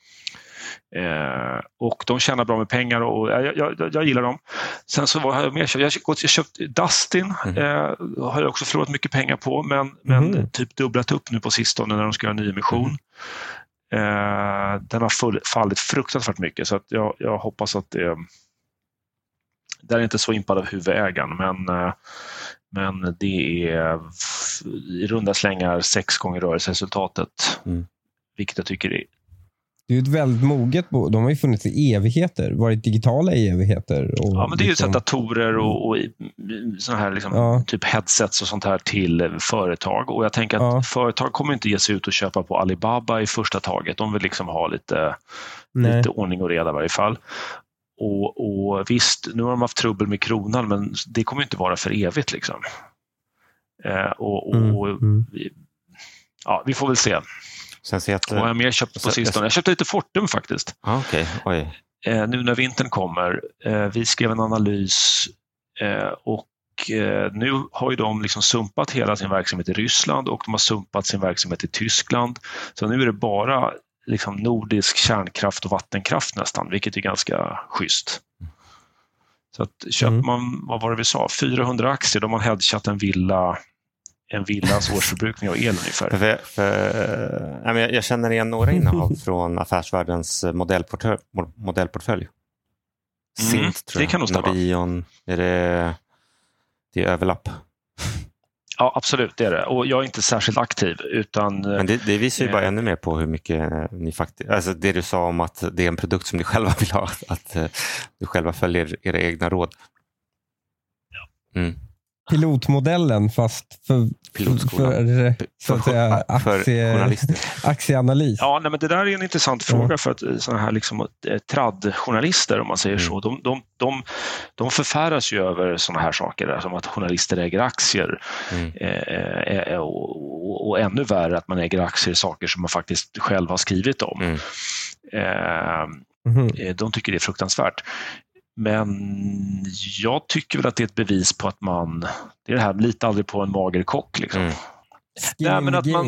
Och de tjänar bra med pengar, och jag gillar dem. Sen så har jag köpt Dustin, har jag också förlorat mycket pengar på, men typ dubblat upp nu på sistone när de ska göra en ny emission. Den har fallit fruktansvärt mycket, så att jag hoppas att det är inte så impad av huvudägaren, men det är i runda slängar 6 gånger rörelseresultatet, vilket jag tycker är. Det är ju ett väldigt moget de har ju funnits i evigheter, varit digitala i evigheter. Ja, men det är ju så datorer och såna här liksom, typ headsets och sånt här till företag. Och jag tänker att företag kommer inte ge sig ut och köpa på Alibaba i första taget. De vill liksom ha lite ordning och reda i varje fall. Och visst, nu har de haft trubbel med kronan, men det kommer inte vara för evigt liksom. Vi får väl se. Sen ser jag att, vad har jag mer köpt på sistone? Jag köpte lite Fortum faktiskt. Nu när vintern kommer. Vi skrev en analys och nu har ju de liksom sumpat hela sin verksamhet i Ryssland, och de har sumpat sin verksamhet i Tyskland. Så nu är det bara liksom nordisk kärnkraft och vattenkraft nästan, vilket är ganska schysst. Så att köper man, vad var det vi sa, 400 aktier, de har hedgat en villas årsförbrukning av el ungefär. Jag känner igen några innehav från Affärsvärldens modellportfölj. Sint, tror jag. Det kan nog stämma. Norion, det är överlapp. Ja, absolut, det är det. Och jag är inte särskilt aktiv. Men det visar ju bara ännu mer på hur mycket ni faktiskt. Alltså det du sa om att det är en produkt som ni själva vill ha. Att du själva följer era egna råd. Pilotmodellen, fast för så att säga aktieanalys. Ja, men det där är en intressant fråga, för att såna här liksom trad-journalister, om man säger så, de förfäras ju över såna här saker där, som att journalister äger aktier och ännu värre att man äger aktier i saker som man faktiskt själv har skrivit om. De tycker det är fruktansvärt. Men jag tycker väl att det är ett bevis på att det är det här, lita aldrig på en mager kock liksom. Nej, men att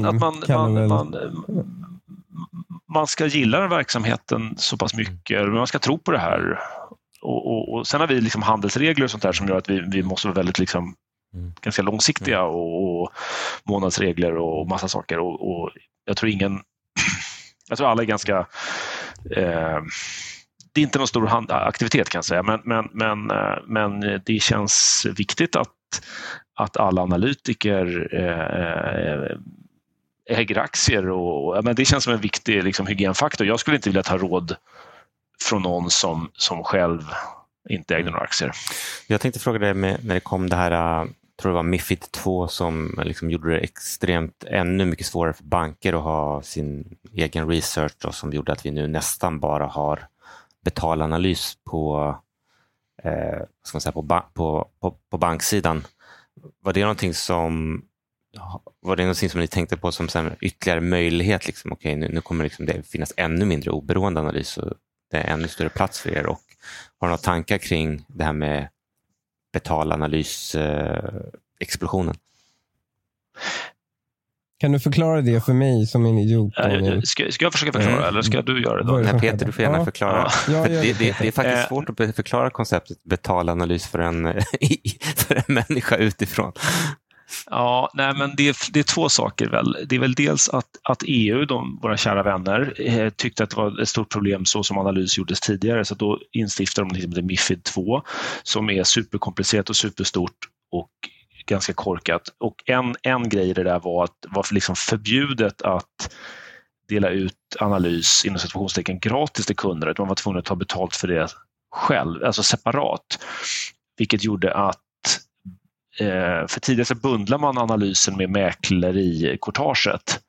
man ska gilla den verksamheten så pass mycket, men man ska tro på det här. Och sen har vi liksom handelsregler och sånt där som gör att vi måste vara väldigt liksom ganska långsiktiga, och månadsregler och massa saker. Och jag tror alla är ganska det är inte någon stor aktivitet kan jag säga, men det känns viktigt att alla analytiker äger aktier och men det känns som en viktig liksom, hygienfaktor. Jag skulle inte vilja ta råd från någon som själv inte ägde några aktier. Jag tänkte fråga dig när det kom det här, jag tror det var MiFID 2 som liksom gjorde det extremt ännu mycket svårare för banker att ha sin egen research och som gjorde att vi nu nästan bara har betalanalys på på banksidan. Var det någonting som ni tänkte på som sen ytterligare möjlighet? Liksom, okej, nu kommer liksom det finnas ännu mindre oberoende analys och det är ännu större plats för er. Och har du några tankar kring det här med betalanalys explosionen? Kan du förklara det för mig som en idiot? Ska jag försöka förklara eller ska du göra det då? Nej, Peter, du får gärna förklara. Det är faktiskt svårt att förklara konceptet betalanalys för en människa utifrån. Ja, nej, men det är två saker väl. Det är väl dels att EU, våra kära vänner, tyckte att det var ett stort problem så som analys gjordes tidigare, så då instiftade de liksom MiFID 2 som är superkomplicerat och superstort och ganska korkat. Och en grej i det där var att det var liksom förbjudet att dela ut analys inom situationstecken gratis till kunder. Man var tvungen att ta betalt för det själv, alltså separat. Vilket gjorde att för tidigare så bundlar man analysen med mäklerikortaget.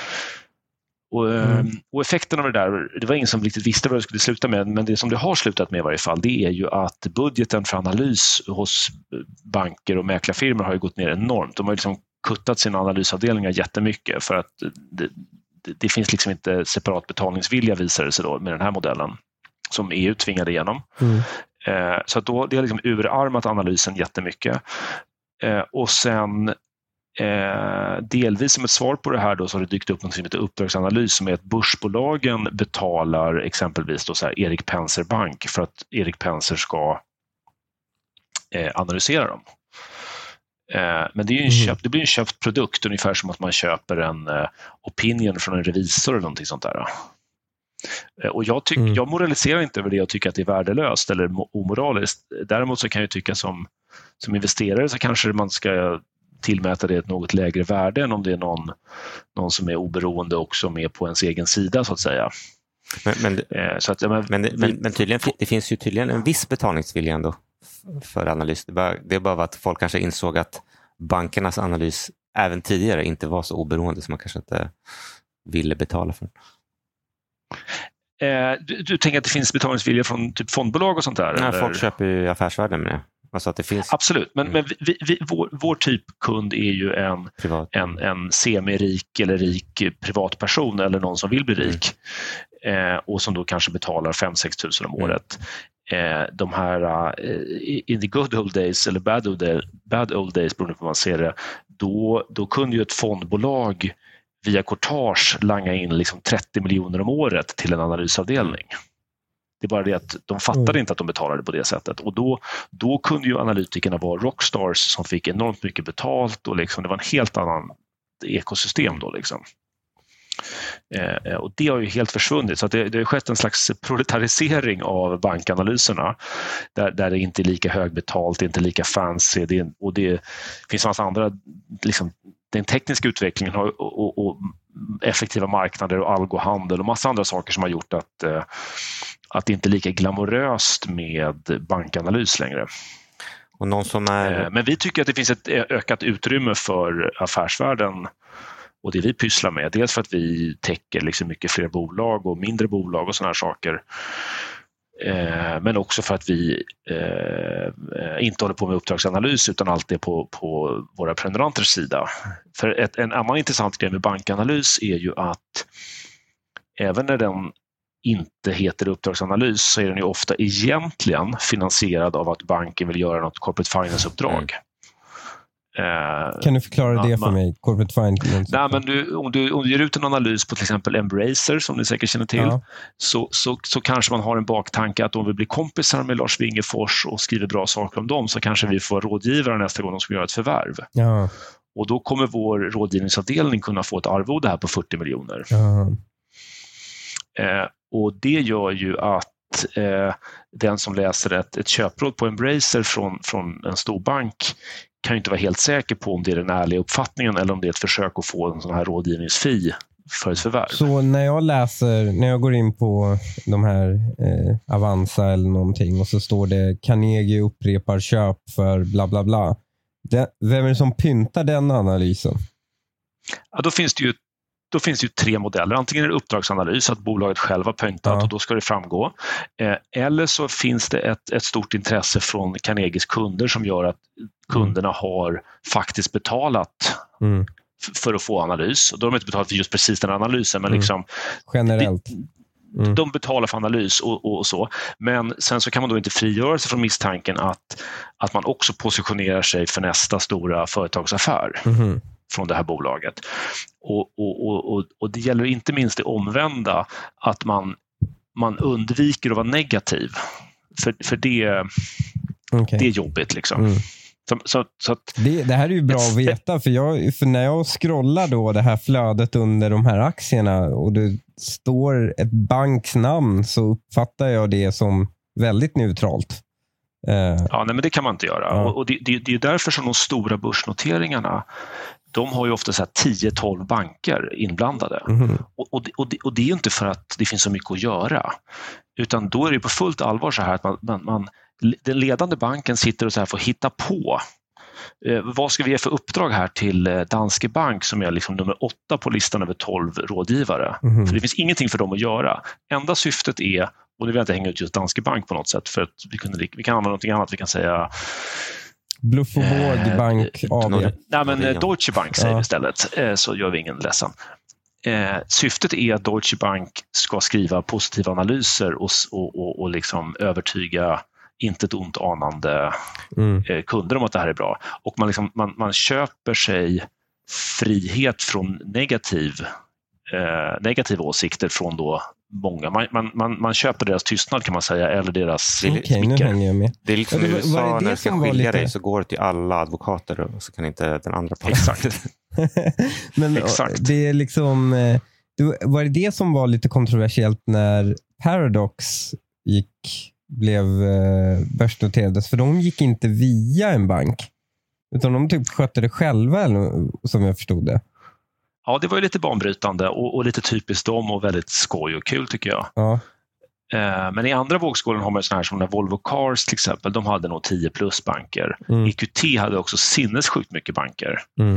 Och effekten av det där, det var ingen som riktigt visste vad det skulle sluta med, men det som det har slutat med i varje fall, det är ju att budgeten för analys hos banker och mäklarfirmor har ju gått ner enormt. De har liksom kuttat sina analysavdelningar jättemycket för att det finns liksom inte separat betalningsvilja, visar det sig då med den här modellen som EU tvingade igenom. Så att då, det har liksom urarmat analysen jättemycket. Och sen delvis som ett svar på det här då, så har det dykt upp något som heter uppdragsanalys, som är att börsbolagen betalar exempelvis då så här Erik Penser Bank för att Erik Penser ska analysera dem. Men det är ju det blir en köpt produkt, ungefär som att man köper en opinion från en revisor eller någonting sånt där. Och jag moraliserar inte över det, jag tycker att det är värdelöst eller omoraliskt. Däremot så kan jag tycka som investerare så kanske man ska tillmäta det ett något lägre värde än om det är någon som är oberoende och som är på ens egen sida så att säga. Men tydligen, det finns ju tydligen en viss betalningsvilja ändå för analys. Det är bara att folk kanske insåg att bankernas analys även tidigare inte var så oberoende som man kanske inte ville betala för. Du tänker att det finns betalningsvilja från typ fondbolag och sånt där? Nej, folk köper ju affärsvärden med det. Alltså att det finns... Absolut, men vår typ kund är ju en semi-rik eller rik privatperson eller någon som vill bli rik och som då kanske betalar 5-6 tusen om året. De här in the good old days eller bad old days, beroende på hur man ser det, då kunde ju ett fondbolag via courtage langa in liksom 30 miljoner om året till en analysavdelning. Det är bara det att de fattade inte att de betalade på det sättet. Och då kunde ju analytikerna vara rockstars som fick enormt mycket betalt och liksom, det var en helt annan ekosystem då liksom. Och det har ju helt försvunnit, så att det har skett en slags proletarisering av bankanalyserna där det inte är lika högbetalt, det är inte lika fancy och det finns en massa andra liksom, den tekniska utvecklingen och effektiva marknader och algohandel och massa andra saker som har gjort att det inte är lika glamoröst med bankanalys längre. Och någon som är... Men vi tycker att det finns ett ökat utrymme för affärsvärlden och det vi pysslar med. Dels för att vi täcker liksom mycket fler bolag och mindre bolag och såna här saker. Men också för att vi inte håller på med uppdragsanalys utan alltid på våra prenumeranters sida. För en annan intressant grej med bankanalys är ju att även när den inte heter uppdragsanalys så är den ju ofta egentligen finansierad av att banken vill göra något corporate finance-uppdrag. Kan du förklara det för mig? Corporate finance? Nej, men om du ger ut en analys på till exempel Embracer, som ni säkert känner till, så kanske man har en baktanke att om vi blir kompisar med Lars Wingefors och skriver bra saker om dem så kanske vi får rådgivare nästa gång de ska göra ett förvärv. Ja. Och då kommer vår rådgivningsavdelning kunna få ett arvode här på 40 miljoner. Och det gör ju att den som läser ett köpråd på Embracer från en stor bank kan ju inte vara helt säker på om det är den ärliga uppfattningen eller om det är ett försök att få en sån här rådgivningsfee för ett förvärv. Så när jag går in på de här Avanza eller någonting och så står det Carnegie upprepar köp för bla bla bla. Vem är det som pyntar den analysen? Ja, då finns det ju 3 modeller. Antingen är det uppdragsanalys, att bolaget själv har pyntat och då ska det framgå. Eller så finns det ett stort intresse från Carnegies kunder som gör att kunderna har faktiskt betalat för att få analys. Och då har de inte betalat för just precis den analysen, men liksom generellt. De betalar för analys och så. Men sen så kan man då inte frigöra sig från misstanken att man också positionerar sig för nästa stora företagsaffär från det här bolaget. Och det gäller inte minst det omvända, att man undviker att vara negativ. För det är jobbigt liksom. Så att, det här är ju bra att veta, för när jag scrollar då det här flödet under de här aktierna och det står ett banks namn, så uppfattar jag det som väldigt neutralt. Ja, nej, men det kan man inte göra. Ja. Och det är därför som de stora börsnoteringarna, de har ju ofta så här 10-12 banker inblandade. Och det är ju inte för att det finns så mycket att göra, utan då är det på fullt allvar så här att den ledande banken sitter och så här får hitta på vad ska vi ge för uppdrag här till Danske Bank, som är liksom nummer 8 på listan över 12 rådgivare. För det finns ingenting för dem att göra. Enda syftet är, och nu vill jag inte hänga ut just Danske Bank på något sätt, för att vi kan använda något annat. Vi kan säga Bluff och Båg Bank AB. Nej, men Deutsche Bank säger vi istället, så gör vi ingen ledsen. Syftet är att Deutsche Bank ska skriva positiva analyser och liksom övertyga inte ett ont anande kunder om att det här är bra. Och man köper sig frihet från negativa åsikter från då många. Man köper deras tystnad, kan man säga, eller deras smicker. Det är liksom i USA, när du ska skilja dig så går det till alla advokater och så kan inte den andra parten. Exakt. Men exakt. Det är liksom, var det som var lite kontroversiellt när Paradox blev börsnoterades, för de gick inte via en bank, utan de typ skötte det själva, eller, som jag förstod det. Ja, det var ju lite banbrytande och lite typiskt dem och väldigt skoj och kul, tycker jag. Ja. Men i andra vågskålen har man sådana här som när Volvo Cars till exempel, de hade nog 10 plus banker. EQT hade också sinnessjukt mycket banker.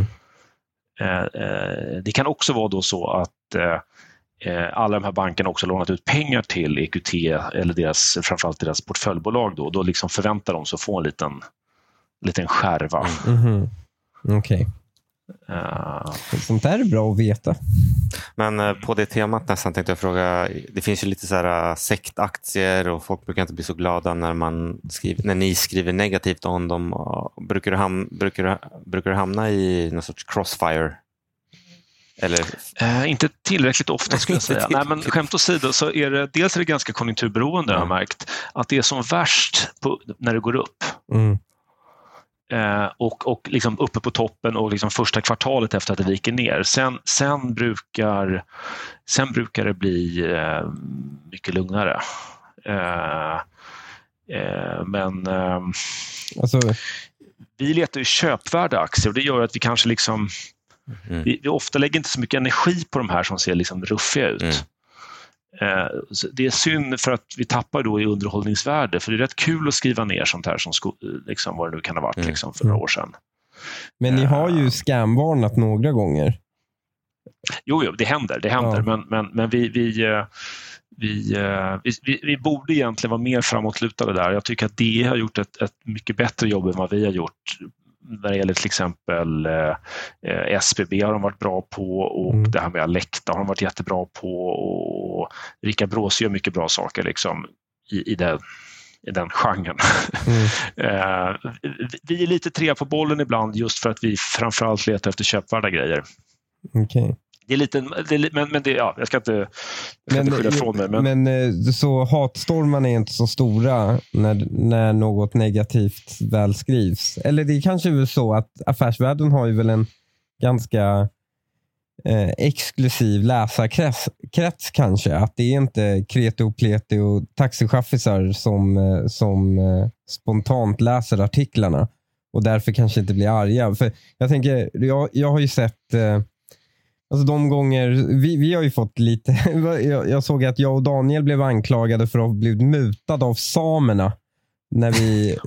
Det kan också vara då så att alla de här bankerna också lånat ut pengar till EQT eller framförallt deras portföljbolag då liksom förväntar de sig att få en liten skärva. Okej. Sånt där är bra att veta. Men på det temat nästan tänkte jag fråga, det finns ju lite så här sektaktier och folk brukar inte bli så glada när ni skriver negativt om dem. Brukar du hamna i någon sorts crossfire? Eller? Inte tillräckligt ofta, skulle jag säga. Nej, men skämt åsido, så är det dels är det ganska konjunkturberoende, jag har märkt, att det är som värst när det går upp. Och liksom uppe på toppen och liksom första kvartalet efter att det viker ner. Sen brukar det bli mycket lugnare. Men alltså, vi letar ju köpvärda aktier och det gör att vi kanske liksom vi ofta lägger inte så mycket energi på de här som ser liksom ruffiga ut. Så det är synd, för att vi tappar då i underhållningsvärde, för det är rätt kul att skriva ner sånt här som liksom vad det nu kan ha varit liksom för några år sedan. Men ni har ju scamvarnat några gånger. Jo, det händer. Ja. Men vi borde egentligen vara mer framåtlutade där. Jag tycker att DE har gjort ett mycket bättre jobb än vad vi har gjort. När det gäller till exempel SBB har de varit bra på, och det här med Alecta har de varit jättebra på, och Rickard Brås gör mycket bra saker liksom i den genren. Vi är lite trea på bollen ibland, just för att vi framförallt letar efter köpvärda grejer. Okay. Det är lite, men det, ja, jag ska inte skylla ifrån mig. Men så hatstormarna är inte så stora när något negativt väl skrivs. Eller det är kanske väl så att Affärsvärlden har ju väl en ganska exklusiv läsarkrets kanske. Att det är inte kreti och pleti och taxichaffisar som spontant läser artiklarna och därför kanske inte blir arga. För jag tänker, jag har ju sett alltså de gånger vi har ju fått lite jag såg att jag och Daniel blev anklagade för att ha blivit mutad av samerna när vi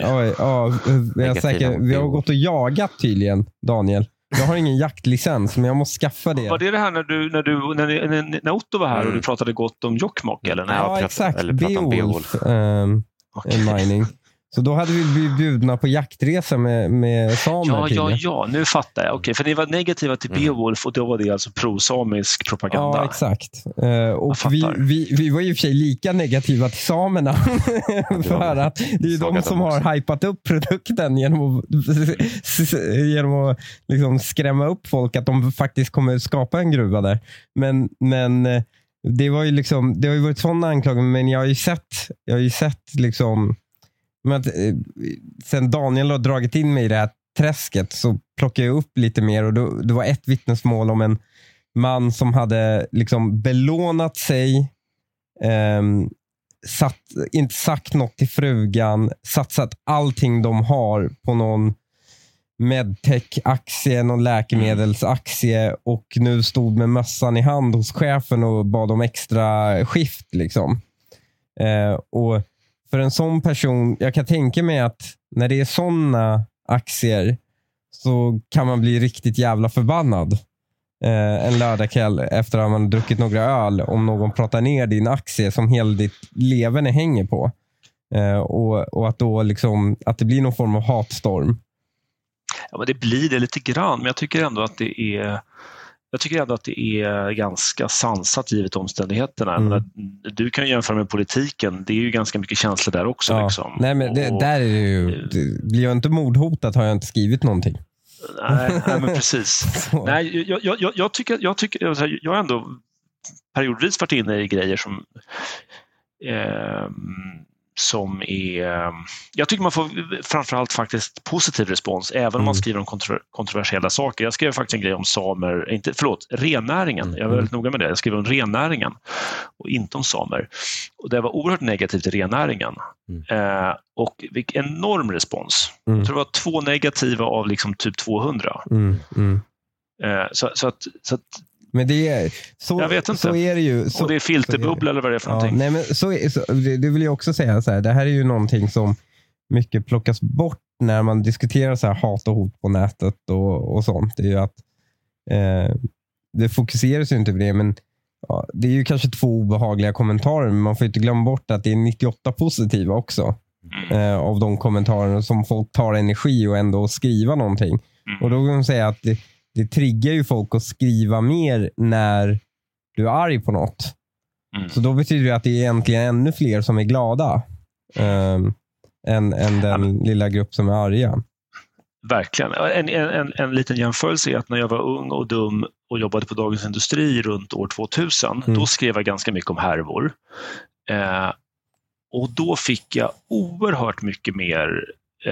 vi har gått och jagat tydligen, Daniel. Jag har ingen jaktlicens, men jag måste skaffa det. Var det här när Otto var här och du pratade gott om Jokkmokk? Eller? Ja, exakt. Beowulf mining. Så då hade vi blivit bjudna på jaktresa med samer. Ja, nu fattar jag. Okej, för ni var negativa till Beowulf och då var det alltså pro-samisk propaganda. Ja, exakt. Och vi var ju för sig lika negativa till samerna för att det är ju de som har hypat upp produkten genom att liksom skrämma upp folk att de faktiskt kommer skapa en gruva där. Men det var ju liksom, det har ju varit sådana anklagelser, men jag har ju sett liksom. Men att, sen Daniel har dragit in mig i det här träsket så plockar jag upp lite mer och det var ett vittnesmål om en man som hade liksom belånat sig, inte sagt något till frugan, satsat allting de har på någon medtech-aktie, någon läkemedelsaktie och nu stod med mössan i hand hos chefen och bad om extra skift liksom. Och för en sån person, jag kan tänka mig att när det är såna aktier så kan man bli riktigt jävla förbannad en lördagkväll efter att man druckit några öl om någon pratar ner din aktie som hela ditt leverne hänger på. Och att då liksom, att det blir någon form av hatstorm. Ja, men det blir det lite grann, men jag tycker ändå att det är ganska sansat givet omständigheterna. Du kan jämföra med politiken. Det är ju ganska mycket känslor där också. Ja. Liksom. Nej, men där är det ju... Blir jag inte mordhotat har jag inte skrivit någonting. Nej men precis. Nej, jag har ändå periodvis varit inne i grejer som är... Jag tycker man får framförallt faktiskt positiv respons även om man skriver om kontroversiella saker. Jag skrev faktiskt en grej om rennäringen. Jag var väldigt noga med det. Jag skrev om rennäringen och inte om samer. Och det var oerhört negativt till rennäringen. Och vilken enorm respons. Jag tror det var 2 negativa av liksom typ 200. Så att men det är så, jag vet inte. Så är det ju. Och det är filterbubbla eller vad det är för någonting. Nej, men det vill jag också säga så här. Det här är ju någonting som mycket plockas bort när man diskuterar så här hat och hot på nätet och sånt. Det är ju att det fokuseras ju inte på det, men det är ju kanske 2 obehagliga kommentarer, men man får inte glömma bort att det är 98 positiva också av de kommentarerna som folk tar energi och ändå skriva någonting. Och då kan man säga att det triggar ju folk att skriva mer när du är arg på något. Så då betyder det att det är egentligen ännu fler som är glada än den lilla grupp som är arga. Verkligen. En liten jämförelse är att när jag var ung och dum och jobbade på Dagens Industri runt år 2000, då skrev jag ganska mycket om härvor. Och då fick jag oerhört mycket mer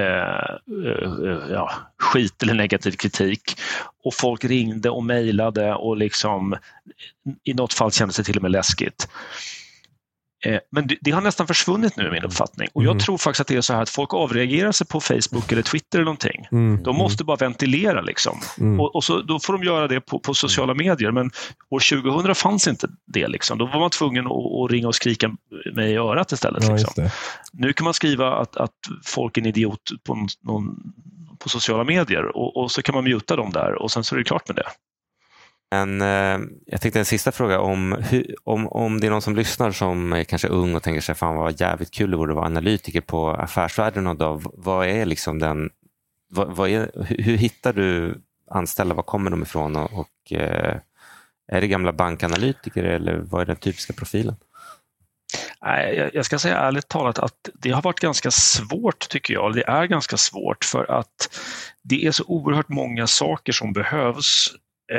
skit eller negativ kritik och folk ringde och mejlade och liksom i något fall kände sig till och med läskigt. Men det har nästan försvunnit nu i min uppfattning. Och jag tror faktiskt att det är så här att folk avreagerar sig på Facebook eller Twitter eller någonting. De måste bara ventilera liksom. Och så, då får de göra det på sociala medier. Men år 2000 fanns inte det liksom. Då var man tvungen att ringa och skrika mig i örat istället. Liksom. Nu kan man skriva att folk är en idiot på sociala medier. Och så kan man muta dem där. Och sen så är det klart med det. Men jag tänkte en sista fråga om det är någon som lyssnar som är kanske ung och tänker sig fan vad jävligt kul det vore att vara analytiker på Affärsvärlden och då, vad är liksom hur hittar du anställda, var kommer de ifrån och är det gamla bankanalytiker eller vad är den typiska profilen? Jag ska säga ärligt talat att det har varit ganska svårt tycker jag. Det är ganska svårt för att det är så oerhört många saker som behövs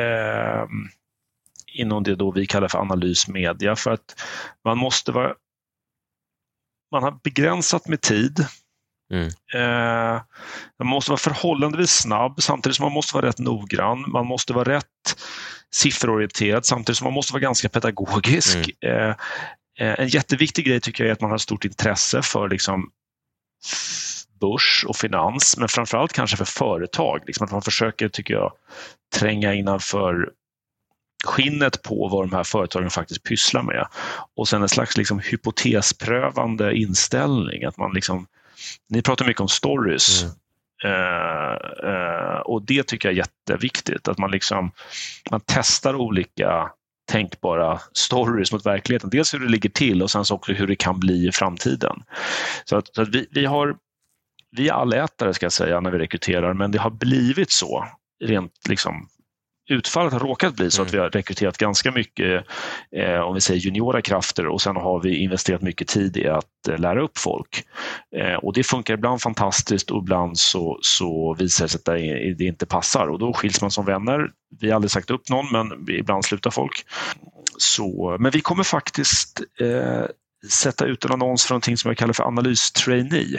inom det då vi kallar för analysmedia, för att man har begränsat med tid Man måste vara förhållandevis snabb samtidigt som man måste vara rätt noggrann. Man måste vara rätt sifferorienterad samtidigt som man måste vara ganska pedagogisk. En jätteviktig grej tycker jag är att man har stort intresse för liksom börs och finans, men framförallt kanske för företag. Liksom att man försöker, tycker jag, tränga innanför skinnet på vad de här företagen faktiskt pysslar med. Och sen en slags liksom hypotesprövande inställning. Att man liksom, ni pratar mycket om stories. Och det tycker jag är jätteviktigt. Att man testar olika tänkbara stories mot verkligheten. Dels hur det ligger till och sen så också hur det kan bli i framtiden. Så att vi är allätare, ska jag säga, när vi rekryterar, men det har blivit så. Rent liksom, utfallet har råkat bli så att vi har rekryterat ganska mycket, om vi säger juniora krafter, och sen har vi investerat mycket tid i att lära upp folk. Och det funkar ibland fantastiskt och ibland så visar det sig att det inte passar, och då skiljs man som vänner. Vi har aldrig sagt upp någon, men ibland slutar folk. Men vi kommer faktiskt sätta ut en annons för någonting som jag kallar för analystrainee.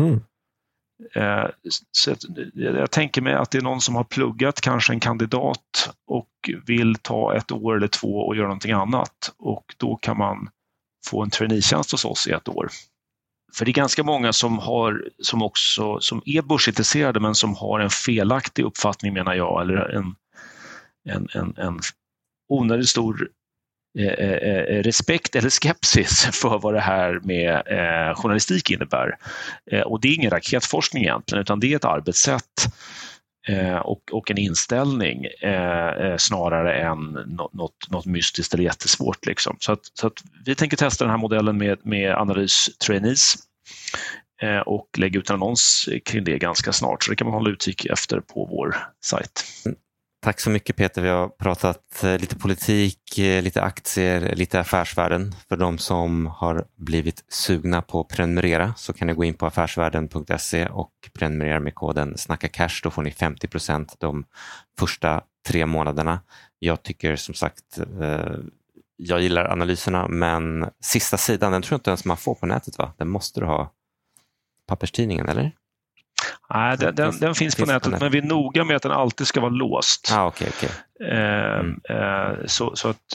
Så jag tänker mig att det är någon som har pluggat, kanske en kandidat, och vill ta 1 år eller 2 och göra någonting annat, och då kan man få en traineetjänst hos oss i 1 år. För det är ganska många som är börsintresserade men som har en felaktig uppfattning, menar jag, eller en onödigt stor respekt eller skepsis för vad det här med journalistik innebär. Och det är ingen raketforskning egentligen, utan det är ett arbetssätt och en inställning snarare än något mystiskt eller jättesvårt. Liksom. Så att vi tänker testa den här modellen med analystrainees och lägga ut en annons kring det ganska snart. Så det kan man hålla utkik efter på vår sajt. Tack så mycket, Peter. Vi har pratat lite politik, lite aktier, lite affärsvärlden. För de som har blivit sugna på att prenumerera så kan ni gå in på affärsvärlden.se och prenumerera med koden SnackaCash. Då får ni 50% de första 3 månaderna. Jag tycker som sagt, jag gillar analyserna, men sista sidan, den tror jag inte ens man får på nätet, va? Den måste du ha papperstidningen, eller? Nej, den finns på nätet, men vi är noga med att den alltid ska vara låst. Okay. Så att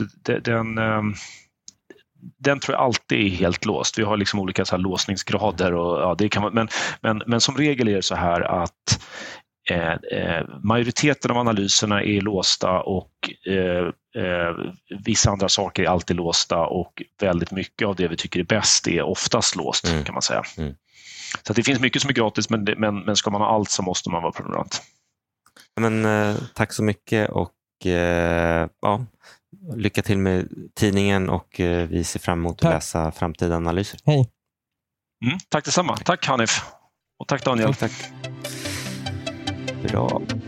den tror jag alltid är helt låst. Vi har liksom olika så här låsningsgrader, och ja, det kan man, men som regel är det så här att majoriteten av analyserna är låsta, och vissa andra saker är alltid låsta, och väldigt mycket av det vi tycker är bäst är oftast låst, kan man säga. Så det finns mycket som är gratis, men ska man ha allt så måste man vara prenumerant. Men tack så mycket, och lycka till med tidningen, och vi ser fram emot att läsa framtida analyser. Hej. Tack detsamma. Tack Hanif. Och tack Daniel. Tack. Bra.